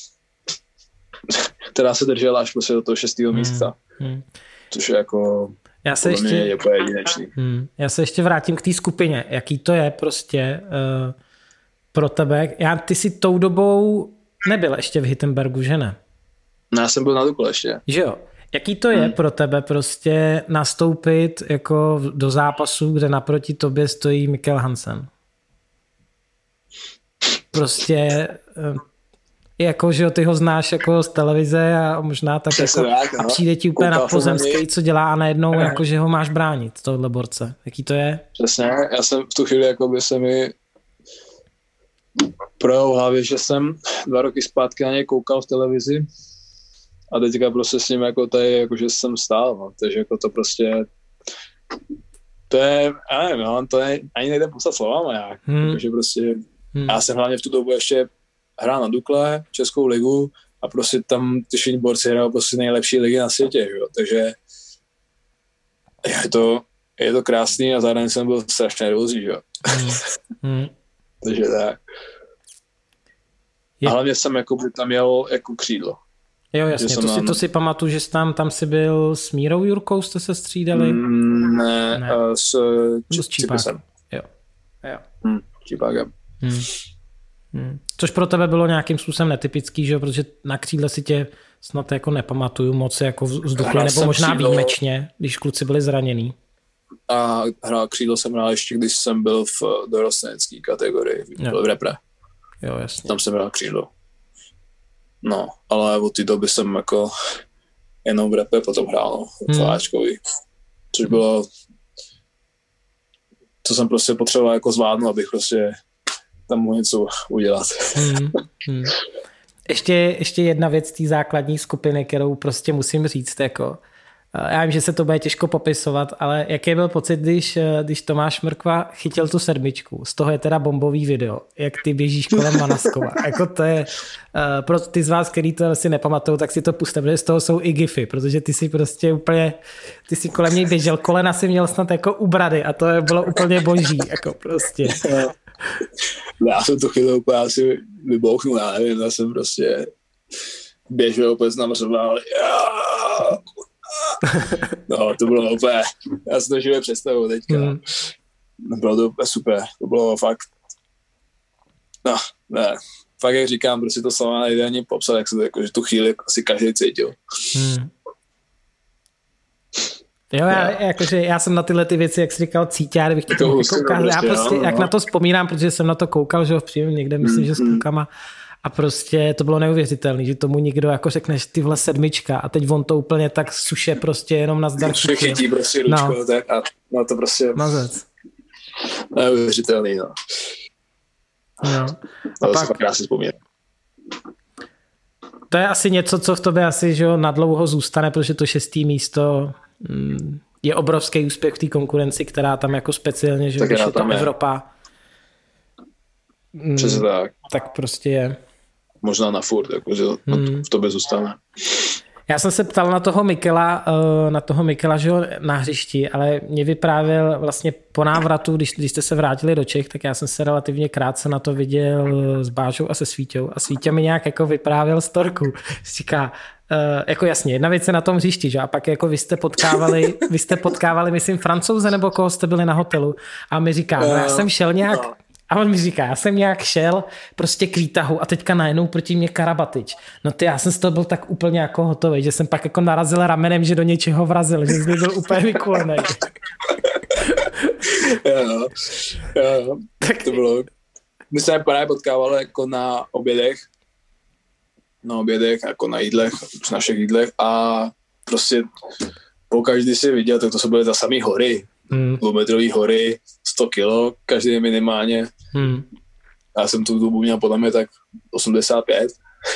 která se držela až prostě do toho 6. místa. Což je jako podle mě je úplně jedinečný. Já se ještě vrátím k té skupině. Jaký to je prostě pro tebe? Ty jsi tou dobou nebyl ještě v Hittenbergu, že ne? No, já jsem byl na Dukle ještě. Že jo. Jaký to je pro tebe prostě nastoupit jako do zápasu, kde naproti tobě stojí Mikkel Hansen? Prostě jako, že ty ho znáš jako z televize a možná tak jako, a přijde ti úplně na pozemský, co dělá a najednou jako, že ho máš bránit, tohle borce. Jaký to je? Přesně, já jsem v tu chvíli jako by se mi projel v hlavě, že jsem 2 roky zpátky na něj koukal v televizi a teďka prostě s ním jako tady, jako, že jsem stál, no. Takže jako to prostě to je, já nevím, no, to je, ani nejde poslat slovama jak, takže prostě já jsem hlavně v tu dobu ještě hrál na Dukle, Českou ligu a prostě tam ty všichni borci hrajou prostě nejlepší ligy na světě, jo. Takže je to krásný a zároveň jsem byl strašně nervózní, jo. Takže tak. A hlavně jsem jako by tam jel jako křídlo. Jo, jasně, to si pamatuju, že tam jsi byl s Mírou Jurkou, jste se střídali? Ne. S Čípákem. Jo. Čípákem. Což pro tebe bylo nějakým způsobem netypický, že? Protože na křídle si tě snad jako nepamatuju moc jako vzduchli, nebo možná výjimečně, když kluci byli zranění. A křídlo jsem hrál ještě, když jsem byl v dorostenecké kategorii, byl v repre. Jo, jasně. Tam jsem hrál křídlo. No, ale od té doby jsem jako jenom v repe potom hrál, v Ačkovi. Což bylo, co jsem prostě potřeboval jako zvládnout, abych prostě tam mohl něco udělat. Ještě jedna věc té základní skupiny, kterou prostě musím říct, jako já vím, že se to bude těžko popisovat, ale jaký byl pocit, když Tomáš Mrkva chytil tu sedmičku? Z toho je teda bombový video, jak ty běžíš kolem Manaskova. Jako to je, pro ty z vás, který to si nepamatují, tak si to puste, protože z toho jsou i gify, protože ty si prostě úplně, ty si kolem něj běžel, kolena si měl snad jako u brady a to bylo úplně boží, jako prostě. Já jsem to chvíli úplně asi vybouchnul, já nevím, já jsem prostě běžel úplně znamřoval. No, to bylo úplně, já si to živě představuji teďka. Bylo to úplně super, to bylo fakt, no, ne, fakt jak říkám, prostě to sama nejde ani popsat, jak se to jako, že tu chvíli asi každý cítil. Jo, já jsem na tyhle ty věci, jak jsi říkal, cítěr, bych to ukázal. Já prostě, jak na to vzpomínám, protože jsem na to koukal, že ho v příjmu někde, myslím, že s klukama. A prostě to bylo neuvěřitelné, že tomu někdo jako řekneš ty vole sedmička a teď on to úplně tak suše prostě jenom na zdar chytí prostě ručko, tak a no to prostě mazec. Neuvěřitelný, no. A to pak, se fakt krásně vzpomínám. To je asi něco, co v tobě asi že nadlouho zůstane, protože to 6. místo je obrovský úspěch v té konkurenci, která tam jako speciálně, že když je tam Evropa. Přesně tak. Tak prostě je. Možná na furt, jakože v tobě zůstane. Já jsem se ptal na toho Mikela, že jo, na hřišti, ale mě vyprávěl vlastně po návratu, když jste se vrátili do Čech, tak já jsem se relativně krátce na to viděl s Bážou a se Svíťou a Svítě mi nějak jako vyprávěl storku. Říká, jako jasně, jedna věc je na tom hřišti, že? A pak jako vy jste potkávali, myslím, Francouze nebo koho jste byli na hotelu a mi říká, no já jsem šel nějak. A on mi říká, já jsem nějak šel prostě k výtahu a teďka najednou proti mě Karabatič. No ty, já jsem z toho byl tak úplně jako hotový, že jsem pak jako narazil ramenem, že do něčeho vrazil, že jsem byl úplně vykulený. Jo. Tak to bylo. My jsme právě potkávali jako na obědech, jako na jídlech, při našich jídlech a prostě pokaždý si viděl, tak to jsou byly za samý hory. Dvoumetrový hory, 100 kilo, každý minimálně. Já jsem tu dobu měl podle mě tak 85.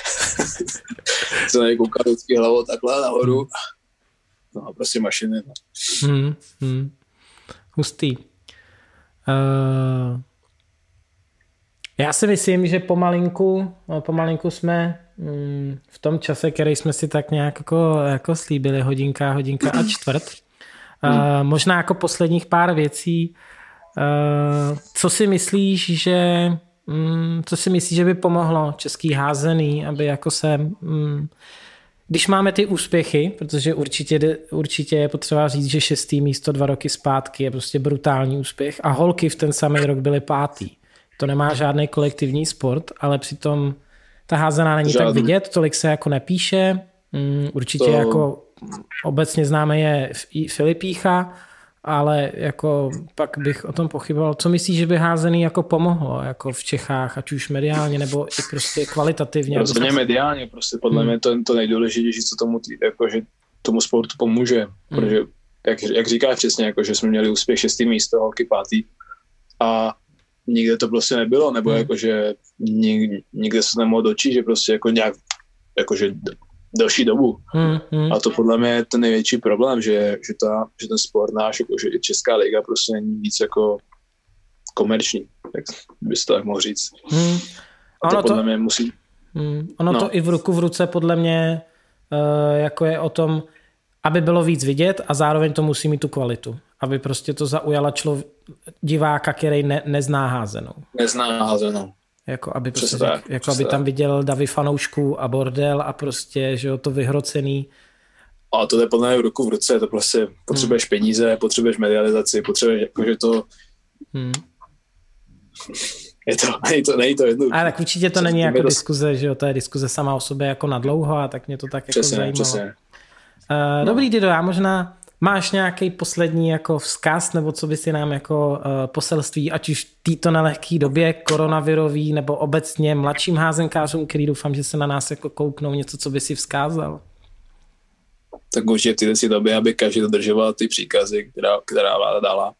Jsem koukal vždycky hlavou takhle nahoru. No a prostě mašiny. No. Hustý. Já si myslím, že pomalinku jsme v tom čase, který jsme si tak nějak jako slíbili, hodinka a čtvrt. Možná jako posledních pár věcí. Co si myslíš, že by pomohlo český házený, aby jako když máme ty úspěchy, protože určitě je potřeba říct, že 6. místo 2 roky zpátky je prostě brutální úspěch a holky v ten samý rok byly 5. To nemá žádný kolektivní sport, ale přitom ta házená není tak vidět, tolik se jako nepíše. Určitě jako obecně známe je i Filipícha, ale jako pak bych o tom pochyboval. Co myslíš, že by házený jako pomohlo jako v Čechách, ať už mediálně nebo i prostě kvalitativně? Rozhodně mediálně, prostě podle mě to nejdůležitější, co tomu sportu pomůže, protože jak říkáš přesně, jako, že jsme měli úspěch 6. místo, holky 5. a nikde to prostě nebylo, nebo jakože nikde se nemohlo dočít, že prostě jako nějak jakože delší dobu. A to podle mě je ten největší problém, že ten sport náš, jakože i Česká liga prostě není víc jako komerční, tak bys to tak mohl říct. A to podle mě musí. To i v ruku v ruce podle mě jako je o tom, aby bylo víc vidět a zároveň to musí mít tu kvalitu. Aby prostě to zaujala diváka, který nezná házenou. Jako aby, aby tam viděl davy fanoušků a bordel a prostě, že jo, to vyhrocený. A to je podle mě ruku v ruce, to prostě potřebuješ peníze, potřebuješ medializaci, potřebuješ jakože to Není to jednoduché. Ale tak určitě to není jako diskuze, že jo, to je diskuze sama o sobě jako na dlouho a tak mě to tak jako zajímalo. Přesně. Dobrý, Dido, a možná máš nějaký poslední jako vzkaz, nebo co by si nám jako poselství, ať už v této nelehké době koronavirový, nebo obecně mladším házenkářům, který doufám, že se na nás jako kouknou, něco, co by si vzkázal? Tak určitě v této době, aby každý dodržoval ty příkazy, která vláda dala.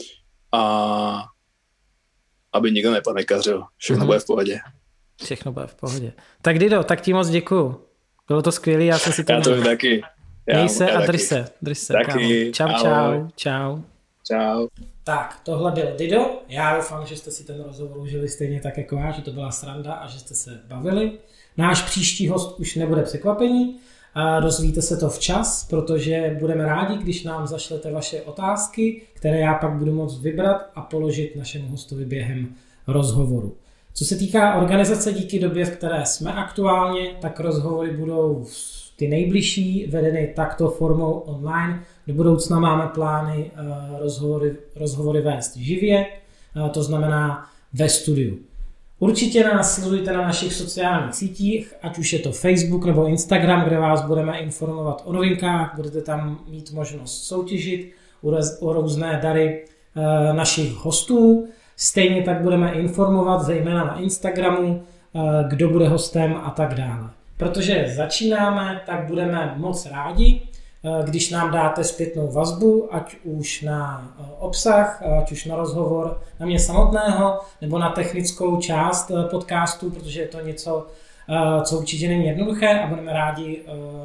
A aby nikdo nepanikařil. Všechno bude v pohodě. Všechno bude v pohodě. Tak Dido, tak ti moc děkuju. Bylo to skvělé, já jsem si to... Já to taky. Měj se a drž se. Taky. Čau. Tak, tohle byl Dido. Já doufám, že jste si ten rozhovor užili stejně tak jako já, že to byla sranda a že jste se bavili. Náš příští host už nebude překvapení. Dozvíte se to včas, protože budeme rádi, když nám zašlete vaše otázky, které já pak budu moct vybrat a položit našemu hostovi během rozhovoru. Co se týká organizace díky době, v které jsme aktuálně, tak rozhovory budou ty nejbližší vedeny takto formou online. Do budoucna máme plány rozhovory vést živě, to znamená ve studiu. Určitě nás sledujte na našich sociálních sítích, ať už je to Facebook nebo Instagram, kde vás budeme informovat o novinkách, budete tam mít možnost soutěžit o různé dary našich hostů. Stejně tak budeme informovat, zejména na Instagramu, kdo bude hostem a tak dále. Protože začínáme, tak budeme moc rádi, když nám dáte zpětnou vazbu, ať už na obsah, ať už na rozhovor na mě samotného, nebo na technickou část podcastu, protože je to něco, co určitě není jednoduché a budeme rádi,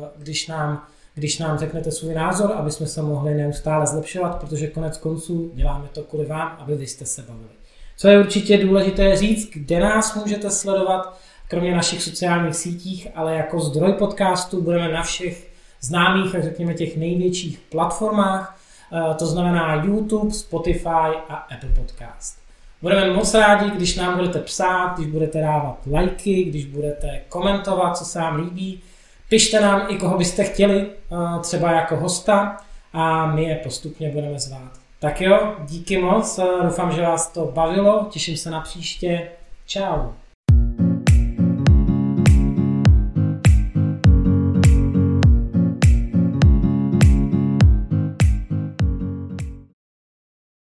když nám řeknete svůj názor, aby jsme se mohli neustále zlepšovat, protože konec konců děláme to kvůli vám, aby vy jste se bavili. Co je určitě důležité říct, kde nás můžete sledovat, kromě našich sociálních sítích, ale jako zdroj podcastu budeme na všech známých, tak řekněme těch největších platformách, to znamená YouTube, Spotify a Apple Podcast. Budeme moc rádi, když nám budete psát, když budete dávat lajky, když budete komentovat, co se vám líbí. Pište nám i koho byste chtěli, třeba jako hosta, a my je postupně budeme zvát. Tak jo, díky moc, doufám, že vás to bavilo, těším se na příště. Čau.